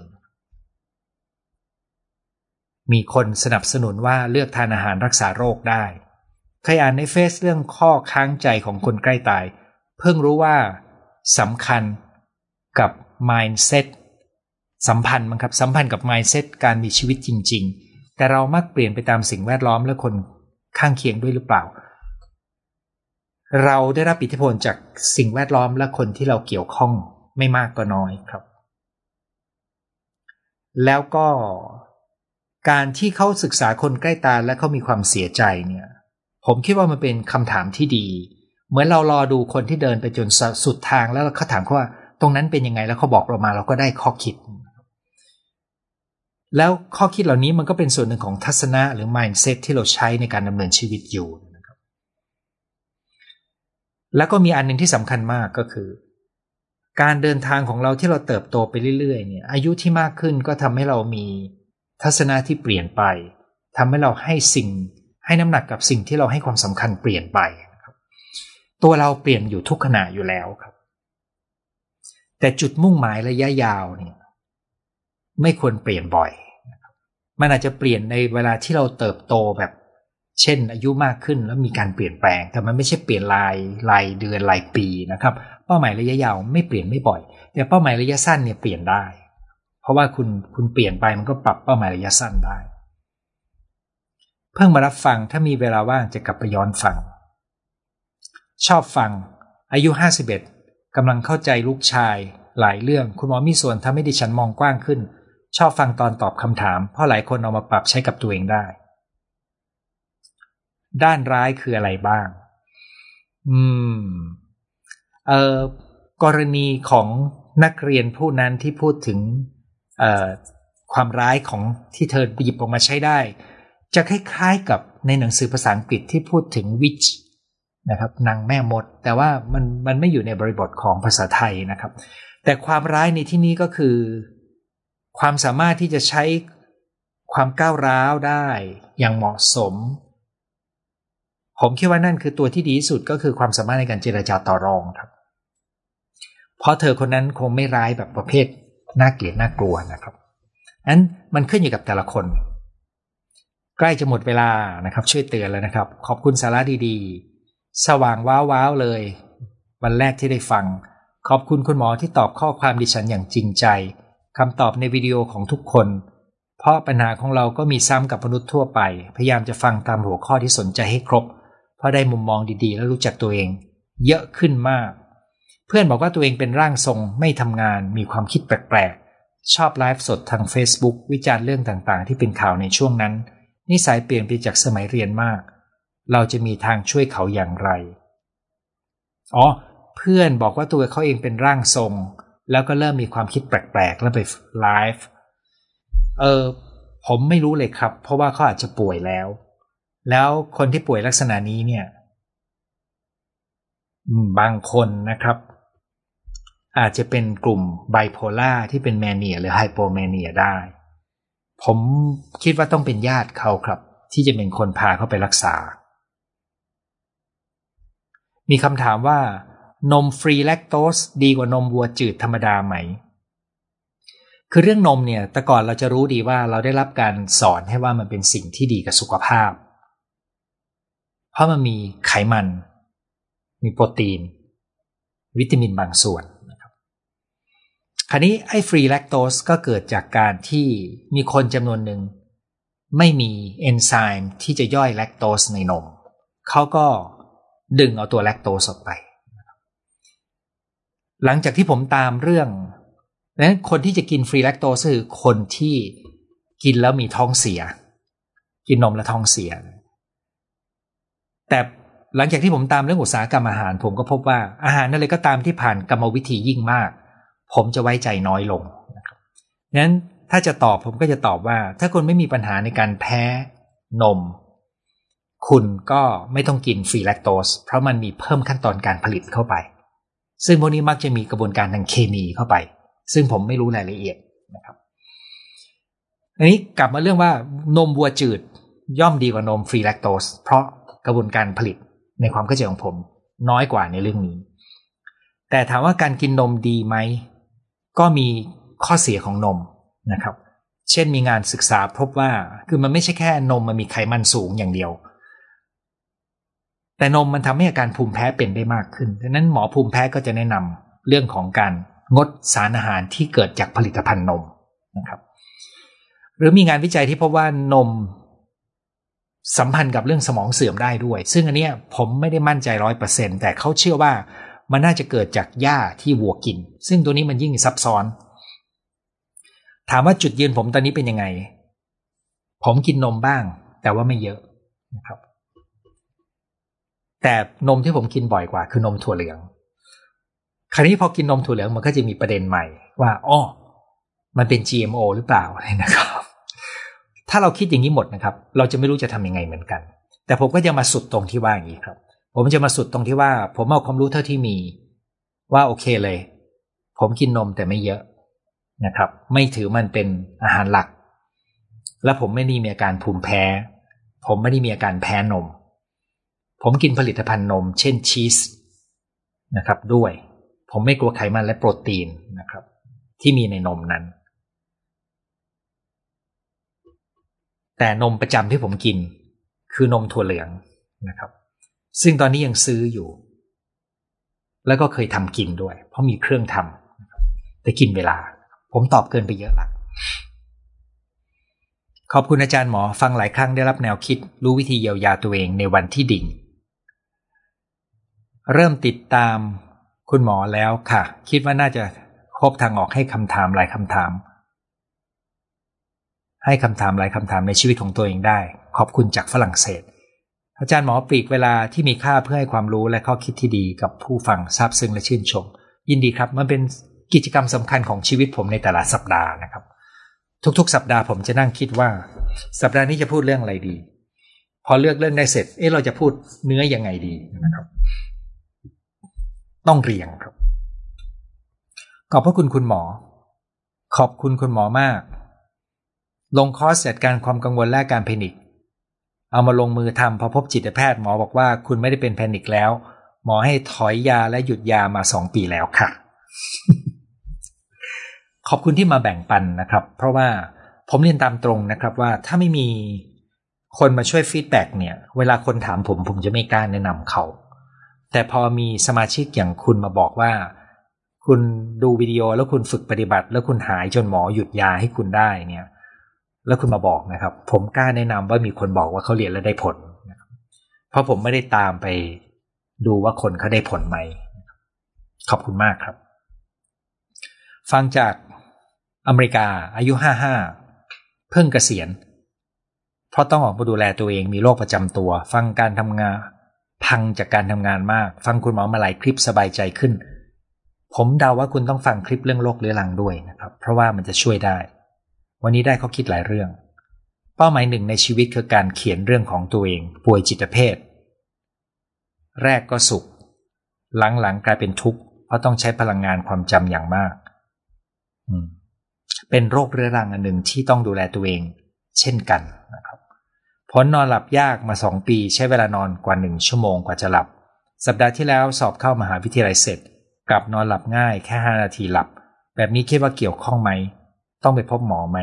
มีคนสนับสนุนว่าเลือกทานอาหารรักษาโรคได้เคยอ่านในเฟซเรื่องข้อค้างใจของคนใกล้ตายเพิ่งรู้ว่าสำคัญกับ mindset สัมพันธ์มั้งครับสัมพันธ์กับ mindset การมีชีวิตจริงๆแต่เรามักเปลี่ยนไปตามสิ่งแวดล้อมและคนข้างเคียงด้วยหรือเปล่าเราได้รับอิทธิพลจากสิ่งแวดล้อมและคนที่เราเกี่ยวข้องไม่มากก็น้อยครับแล้วก็การที่เขาศึกษาคนใกล้ตายและเขามีความเสียใจเนี่ยผมคิดว่ามันเป็นคำถามที่ดีเหมือนเรารอดูคนที่เดินไปจนสุดทางแล้วเขาถามเขาว่าตรงนั้นเป็นยังไงแล้วเขาบอกเรามาเราก็ได้ข้อคิดแล้วข้อคิดเหล่านี้มันก็เป็นส่วนหนึ่งของทัศนะหรือ mindset ที่เราใช้ในการดำเนินชีวิตอยู่นะครับแล้วก็มีอันหนึ่งที่สำคัญมากก็คือการเดินทางของเราที่เราเติบโตไปเรื่อยๆเนี่ยอายุที่มากขึ้นก็ทำให้เรามีทัศนะที่เปลี่ยนไปทำให้เราให้น้ำหนักกับสิ่งที่เราให้ความสำคัญเปลี่ยนไปนะครับตัวเราเปลี่ยนอยู่ทุกขณะอยู่แล้วครับแต่จุดมุ่งหมายระยะยาวเนี่ยไม่ควรเปลี่ยนบ่อยมันอาจจะเปลี่ยนในเวลาที่เราเติบโตแบบเช่นอายุมากขึ้นแล้วมีการเปลี่ยนแปลงแต่มันไม่ใช่เปลี่ยนรายเดือนรายปีนะครับเป้าหมายระยะยาวไม่เปลี่ยนไม่บ่อยแต่เป้าหมายระยะสั้นเนี่ยเปลี่ยนได้เพราะว่าคุณเปลี่ยนไปมันก็ปรับเป้าหมายระยะสั้นได้เพิ่งมารับฟังถ้ามีเวลาว่างจะกลับไปย้อนฟังชอบฟังอายุ51กำลังเข้าใจลูกชายหลายเรื่องคุณหมอมีส่วนทำให้ดิฉันมองกว้างขึ้นชอบฟังตอนตอบคำถามเพราะหลายคนเอามาปรับใช้กับตัวเองได้ด้านร้ายคืออะไรบ้างกรณีของนักเรียนผู้นั้นที่พูดถึงความร้ายของที่เธอหยิบออกมาใช้ได้จะคล้ายๆกับในหนังสือภาษาอังกฤษที่พูดถึง witch นะครับนางแม่มดแต่ว่ามันไม่อยู่ในบริบทของภาษาไทยนะครับแต่ความร้ายในที่นี้ก็คือความสามารถที่จะใช้ความก้าวร้าวได้อย่างเหมาะสมผมคิดว่านั่นคือตัวที่ดีที่สุดก็คือความสามารถในการเจรจาต่อรองครับเพราะเธอคนนั้นคงไม่ร้ายแบบประเภทน่าเกลียดน่ากลัวนะครับนั้นมันขึ้นอยู่กับแต่ละคนใกล้จะหมดเวลานะครับช่วยเตือนแล้วนะครับขอบคุณสาระดีๆสว่างว้าวเลยวันแรกที่ได้ฟังขอบคุณคุณหมอที่ตอบข้อความดิฉันอย่างจริงใจคำตอบในวิดีโอของทุกคนเพราะปัญหาของเราก็มีซ้ำกับมนุษย์ทั่วไปพยายามจะฟังตามหัวข้อที่สนใจให้ครบเพราะได้มุมมองดีๆและรู้จักตัวเองเยอะขึ้นมากเพื่อนบอกว่าตัวเองเป็นร่างทรงไม่ทำงานมีความคิดแปลกๆชอบไลฟ์สดทาง Facebook วิจารณ์เรื่องต่างๆที่เป็นข่าวในช่วงนั้นนิสัยเปลี่ยนไปจากสมัยเรียนมากเราจะมีทางช่วยเขาอย่างไรเพื่อนบอกว่าตัวเขาเองเป็นร่างทรงแล้วก็เริ่มมีความคิดแปลกๆแล้วไปไลฟ์ผมไม่รู้เลยครับเพราะว่าเขาอาจจะป่วยแล้วคนที่ป่วยลักษณะนี้เนี่ยบางคนนะครับอาจจะเป็นกลุ่มไบโพล่าที่เป็นแมเนียหรือไฮโปแมเนียได้ผมคิดว่าต้องเป็นญาติเขาครับที่จะเป็นคนพาเขาไปรักษามีคำถามว่านมฟรีแลคโตสดีกว่านมวัวจืดธรรมดาไหมคือเรื่องนมเนี่ยแต่ก่อนเราจะรู้ดีว่าเราได้รับการสอนให้ว่ามันเป็นสิ่งที่ดีกับสุขภาพเพราะมันมีไขมันมีโปรตีนวิตามินบางส่วนนะครับคราวนี้ไอ้ฟรีแลคโตสก็เกิดจากการที่มีคนจำนวนหนึ่งไม่มีเอนไซม์ที่จะย่อยแลคโตสในนมเขาก็ดึงเอาตัวแลคโตสออกไปหลังจากที่ผมตามเรื่องนั้นคนที่จะกินฟรีแลคโตสคือคนที่กินแล้วมีท้องเสียกินนมแล้วท้องเสียแต่หลังจากที่ผมตามเรื่องอุตสาหกรรมอาหารผมก็พบว่าอาหารอะไรก็ตามที่ผ่านกรรมวิธียิ่งมากผมจะไว้ใจน้อยลงนะครับงั้นถ้าจะตอบผมก็จะตอบว่าถ้าคุณไม่มีปัญหาในการแพ้นมคุณก็ไม่ต้องกินฟรีแลคโตสเพราะมันมีเพิ่มขั้นตอนการผลิตเข้าไปซึ่งพวกนี้มักจะมีกระบวนการทางเคมีเข้าไปซึ่งผมไม่รู้รายละเอียดนะครับอันนี้กลับมาเรื่องว่านมวัวจืดย่อมดีกว่านมฟรีแลคโตสเพราะกระบวนการผลิตในความเข้าใจของผมน้อยกว่าในเรื่องนี้แต่ถามว่าการกินนมดีไหมก็มีข้อเสียของนมนะครับเช่นมีงานศึกษาพบว่าคือมันไม่ใช่แค่นมมันมีไขมันสูงอย่างเดียวแต่นมมันทำให้อาการภูมิแพ้เป็นได้มากขึ้นดังนั้นหมอภูมิแพ้ก็จะแนะนำเรื่องของการงดสารอาหารที่เกิดจากผลิตภัณฑ์นมนะครับหรือมีงานวิจัยที่พบว่านมสัมพันธ์กับเรื่องสมองเสื่อมได้ด้วยซึ่งอันเนี้ยผมไม่ได้มั่นใจ 100% แต่เขาเชื่อว่ามันน่าจะเกิดจากหญ้าที่วัวกินซึ่งตัวนี้มันยิ่งซับซ้อนถามว่าจุดยืนผมตอนนี้เป็นยังไงผมกินนมบ้างแต่ว่าไม่เยอะนะครับแต่นมที่ผมกินบ่อยกว่าคือนมถั่วเหลืองคราวนี้พอกินนมถั่วเหลืองมันก็จะมีประเด็นใหม่ว่ามันเป็น GMO หรือเปล่านะครับถ้าเราคิดอย่างนี้หมดนะครับเราจะไม่รู้จะทำยังไงเหมือนกันแต่ผมก็จะมาสุดตรงที่ว่าอย่างนี้ครับผมจะมาสุดตรงที่ว่าผมเอาความรู้เท่าที่มีว่าโอเคเลยผมกินนมแต่ไม่เยอะนะครับไม่ถือมันเป็นอาหารหลักและผมไม่ได้มีอาการภูมิแพ้ผมไม่ได้มีอาการแพ้นมผมกินผลิตภัณฑ์นมเช่นชีสนะครับด้วยผมไม่กลัวไขมันและโปรตีนนะครับที่มีในนมนั้นแต่นมประจำที่ผมกินคือนมถั่วเหลืองนะครับซึ่งตอนนี้ยังซื้ออยู่แล้วก็เคยทำกินด้วยเพราะมีเครื่องทำแต่กินเวลาผมตอบเกินไปเยอะละขอบคุณอาจารย์หมอฟังหลายครั้งได้รับแนวคิดรู้วิธีเยียวยาตัวเองในวันที่ดิ่งเริ่มติดตามคุณหมอแล้วค่ะคิดว่าน่าจะพบทางออกให้คำถามหลายคำถามในชีวิตของตัวเองได้ขอบคุณจากฝรั่งเศสอาจารย์หมอปลีกเวลาที่มีค่าเพื่อให้ความรู้และข้อคิดที่ดีกับผู้ฟังซาบซึ้งและชื่นชมยินดีครับมันเป็นกิจกรรมสำคัญของชีวิตผมในแต่ละสัปดาห์นะครับทุกๆสัปดาห์ผมจะนั่งคิดว่าสัปดาห์นี้จะพูดเรื่องอะไรดีพอเลือกเรื่องได้เสร็จเราจะพูดเนื้อยังไงดีนะครับต้องเรียงครับขอบพระคุณคุณหมอขอบคุณคุณหมอมากลงคอร์สจัดการความกังวลและการแพนิคเอามาลงมือทำพอพบจิตแพทย์หมอบอกว่าคุณไม่ได้เป็นแพนิคแล้วหมอให้ถอยยาและหยุดยามา2 ปีแล้วค่ะ ขอบคุณที่มาแบ่งปันนะครับเพราะว่าผมเรียนตามตรงนะครับว่าถ้าไม่มีคนมาช่วยฟีดแบ็กเนี่ยเวลาคนถามผมจะไม่กล้าแนะนำเขาแต่พอมีสมาชิกอย่างคุณมาบอกว่าคุณดูวิดีโอแล้วคุณฝึกปฏิบัติแล้วคุณหายจนหมอหยุดยาให้คุณได้เนี่ยแล้วคุณมาบอกนะครับผมกล้าแนะนำว่ามีคนบอกว่าเขาเรียนแล้วได้ผลนะครับเพราะผมไม่ได้ตามไปดูว่าคนเขาได้ผลไหมขอบคุณมากครับฟังจากอเมริกาอายุ55เพิ่งเกษียณเพราะต้องออกมาดูแลตัวเองมีโรคประจำตัวฟังการทำงานพังจากการทำงานมากฟังคุณหมอมาหลายคลิปสบายใจขึ้นผมเดาว่าคุณต้องฟังคลิปเรื่องโรคเรื้อรังด้วยนะครับเพราะว่ามันจะช่วยได้วันนี้ได้ข้อคิดหลายเรื่องเป้าหมายหนึ่งในชีวิตคือการเขียนเรื่องของตัวเองป่วยจิตเภทแรกก็สุขหลังๆกลายเป็นทุกข์เพราะต้องใช้พลังงานความจำอย่างมากเป็นโรคเรื้อรังอันหนึ่งที่ต้องดูแลตัวเองเช่นกันนะครับผลนอนหลับยากมา2 ปีใช้เวลานอนกว่า1 ชั่วโมงกว่าจะหลับสัปดาห์ที่แล้วสอบเข้ามหาวิทยาลัยเสร็จกลับนอนหลับง่ายแค่5 นาทีหลับแบบนี้คิดว่าเกี่ยวข้องไหมต้องไปพบหมอไหม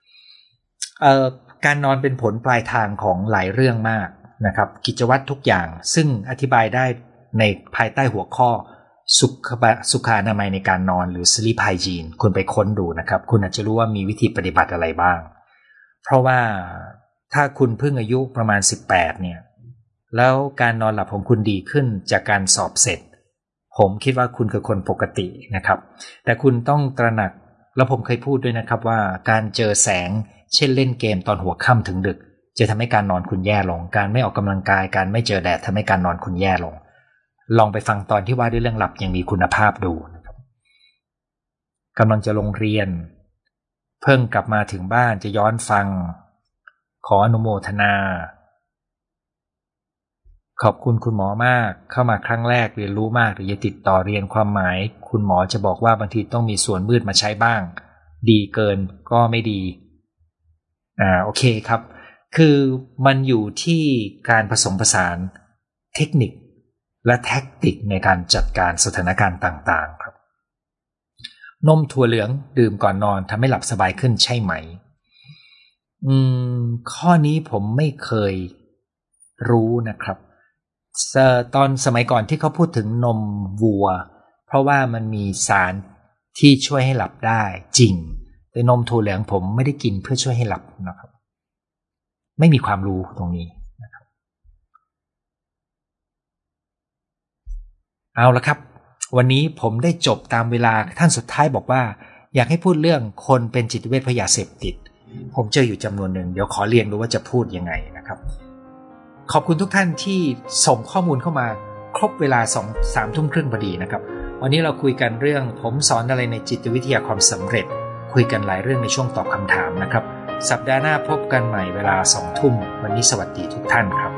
การนอนเป็นผลปลายทางของหลายเรื่องมากนะครับกิจวัตรทุกอย่างซึ่งอธิบายได้ในภายใต้หัวข้อสุขอนามัยในการนอนหรือ sleep hygiene คุณไปค้นดูนะครับคุณอาจจะรู้ว่ามีวิธีปฏิบัติอะไรบ้างเพราะว่าถ้าคุณเพิ่งอายุประมาณ18เนี่ยแล้วการนอนหลับของคุณดีขึ้นจากการสอบเสร็จผมคิดว่าคุณคือคนปกตินะครับแต่คุณต้องตระหนักแล้วผมเคยพูดด้วยนะครับว่าการเจอแสงเช่นเล่นเกมตอนหัวค่ำถึงดึกจะทำให้การนอนคุณแย่ลงการไม่ออกกำลังกายการไม่เจอแดดทำให้การนอนคุณแย่ลงลองไปฟังตอนที่ว่าด้วยเรื่องหลับอย่างมีคุณภาพดูนะครับกำลังจะลงเรียนเพิ่งกลับมาถึงบ้านจะย้อนฟังขออนุโมทนาขอบคุณคุณหมอมากเข้ามาครั้งแรกเรียนรู้มากหรือจะติดต่อเรียนความหมายคุณหมอจะบอกว่าบางทีต้องมีส่วนมืดมาใช้บ้างดีเกินก็ไม่ดีโอเคครับคือมันอยู่ที่การผสมผสานเทคนิคและแท็กติกในการจัดการสถานการณ์ต่างๆครับนมถั่วเหลืองดื่มก่อนนอนทำให้หลับสบายขึ้นใช่ไหมข้อนี้ผมไม่เคยรู้นะครับตอนสมัยก่อนที่เขาพูดถึงนมวัวเพราะว่ามันมีสารที่ช่วยให้หลับได้จริงแต่นมถั่วเหลืองผมไม่ได้กินเพื่อช่วยให้หลับนะครับไม่มีความรู้ตรงนี้นะครับเอาละครับวันนี้ผมได้จบตามเวลาท่านสุดท้ายบอกว่าอยากให้พูดเรื่องคนเป็นจิตเวชเพราะยาเสพติดผมเจออยู่จำนวนหนึ่งเดี๋ยวขอเรียนรู้ว่าจะพูดยังไงนะครับขอบคุณทุกท่านที่ส่งข้อมูลเข้ามาครบเวลา 3 ทุ่มครึ่งพอดีนะครับวันนี้เราคุยกันเรื่องผมสอนอะไรในจิตวิทยาความสำเร็จคุยกันหลายเรื่องในช่วงตอบคำถามนะครับสัปดาห์หน้าพบกันใหม่เวลา2 ทุ่มวันนี้สวัสดีทุกท่านครับ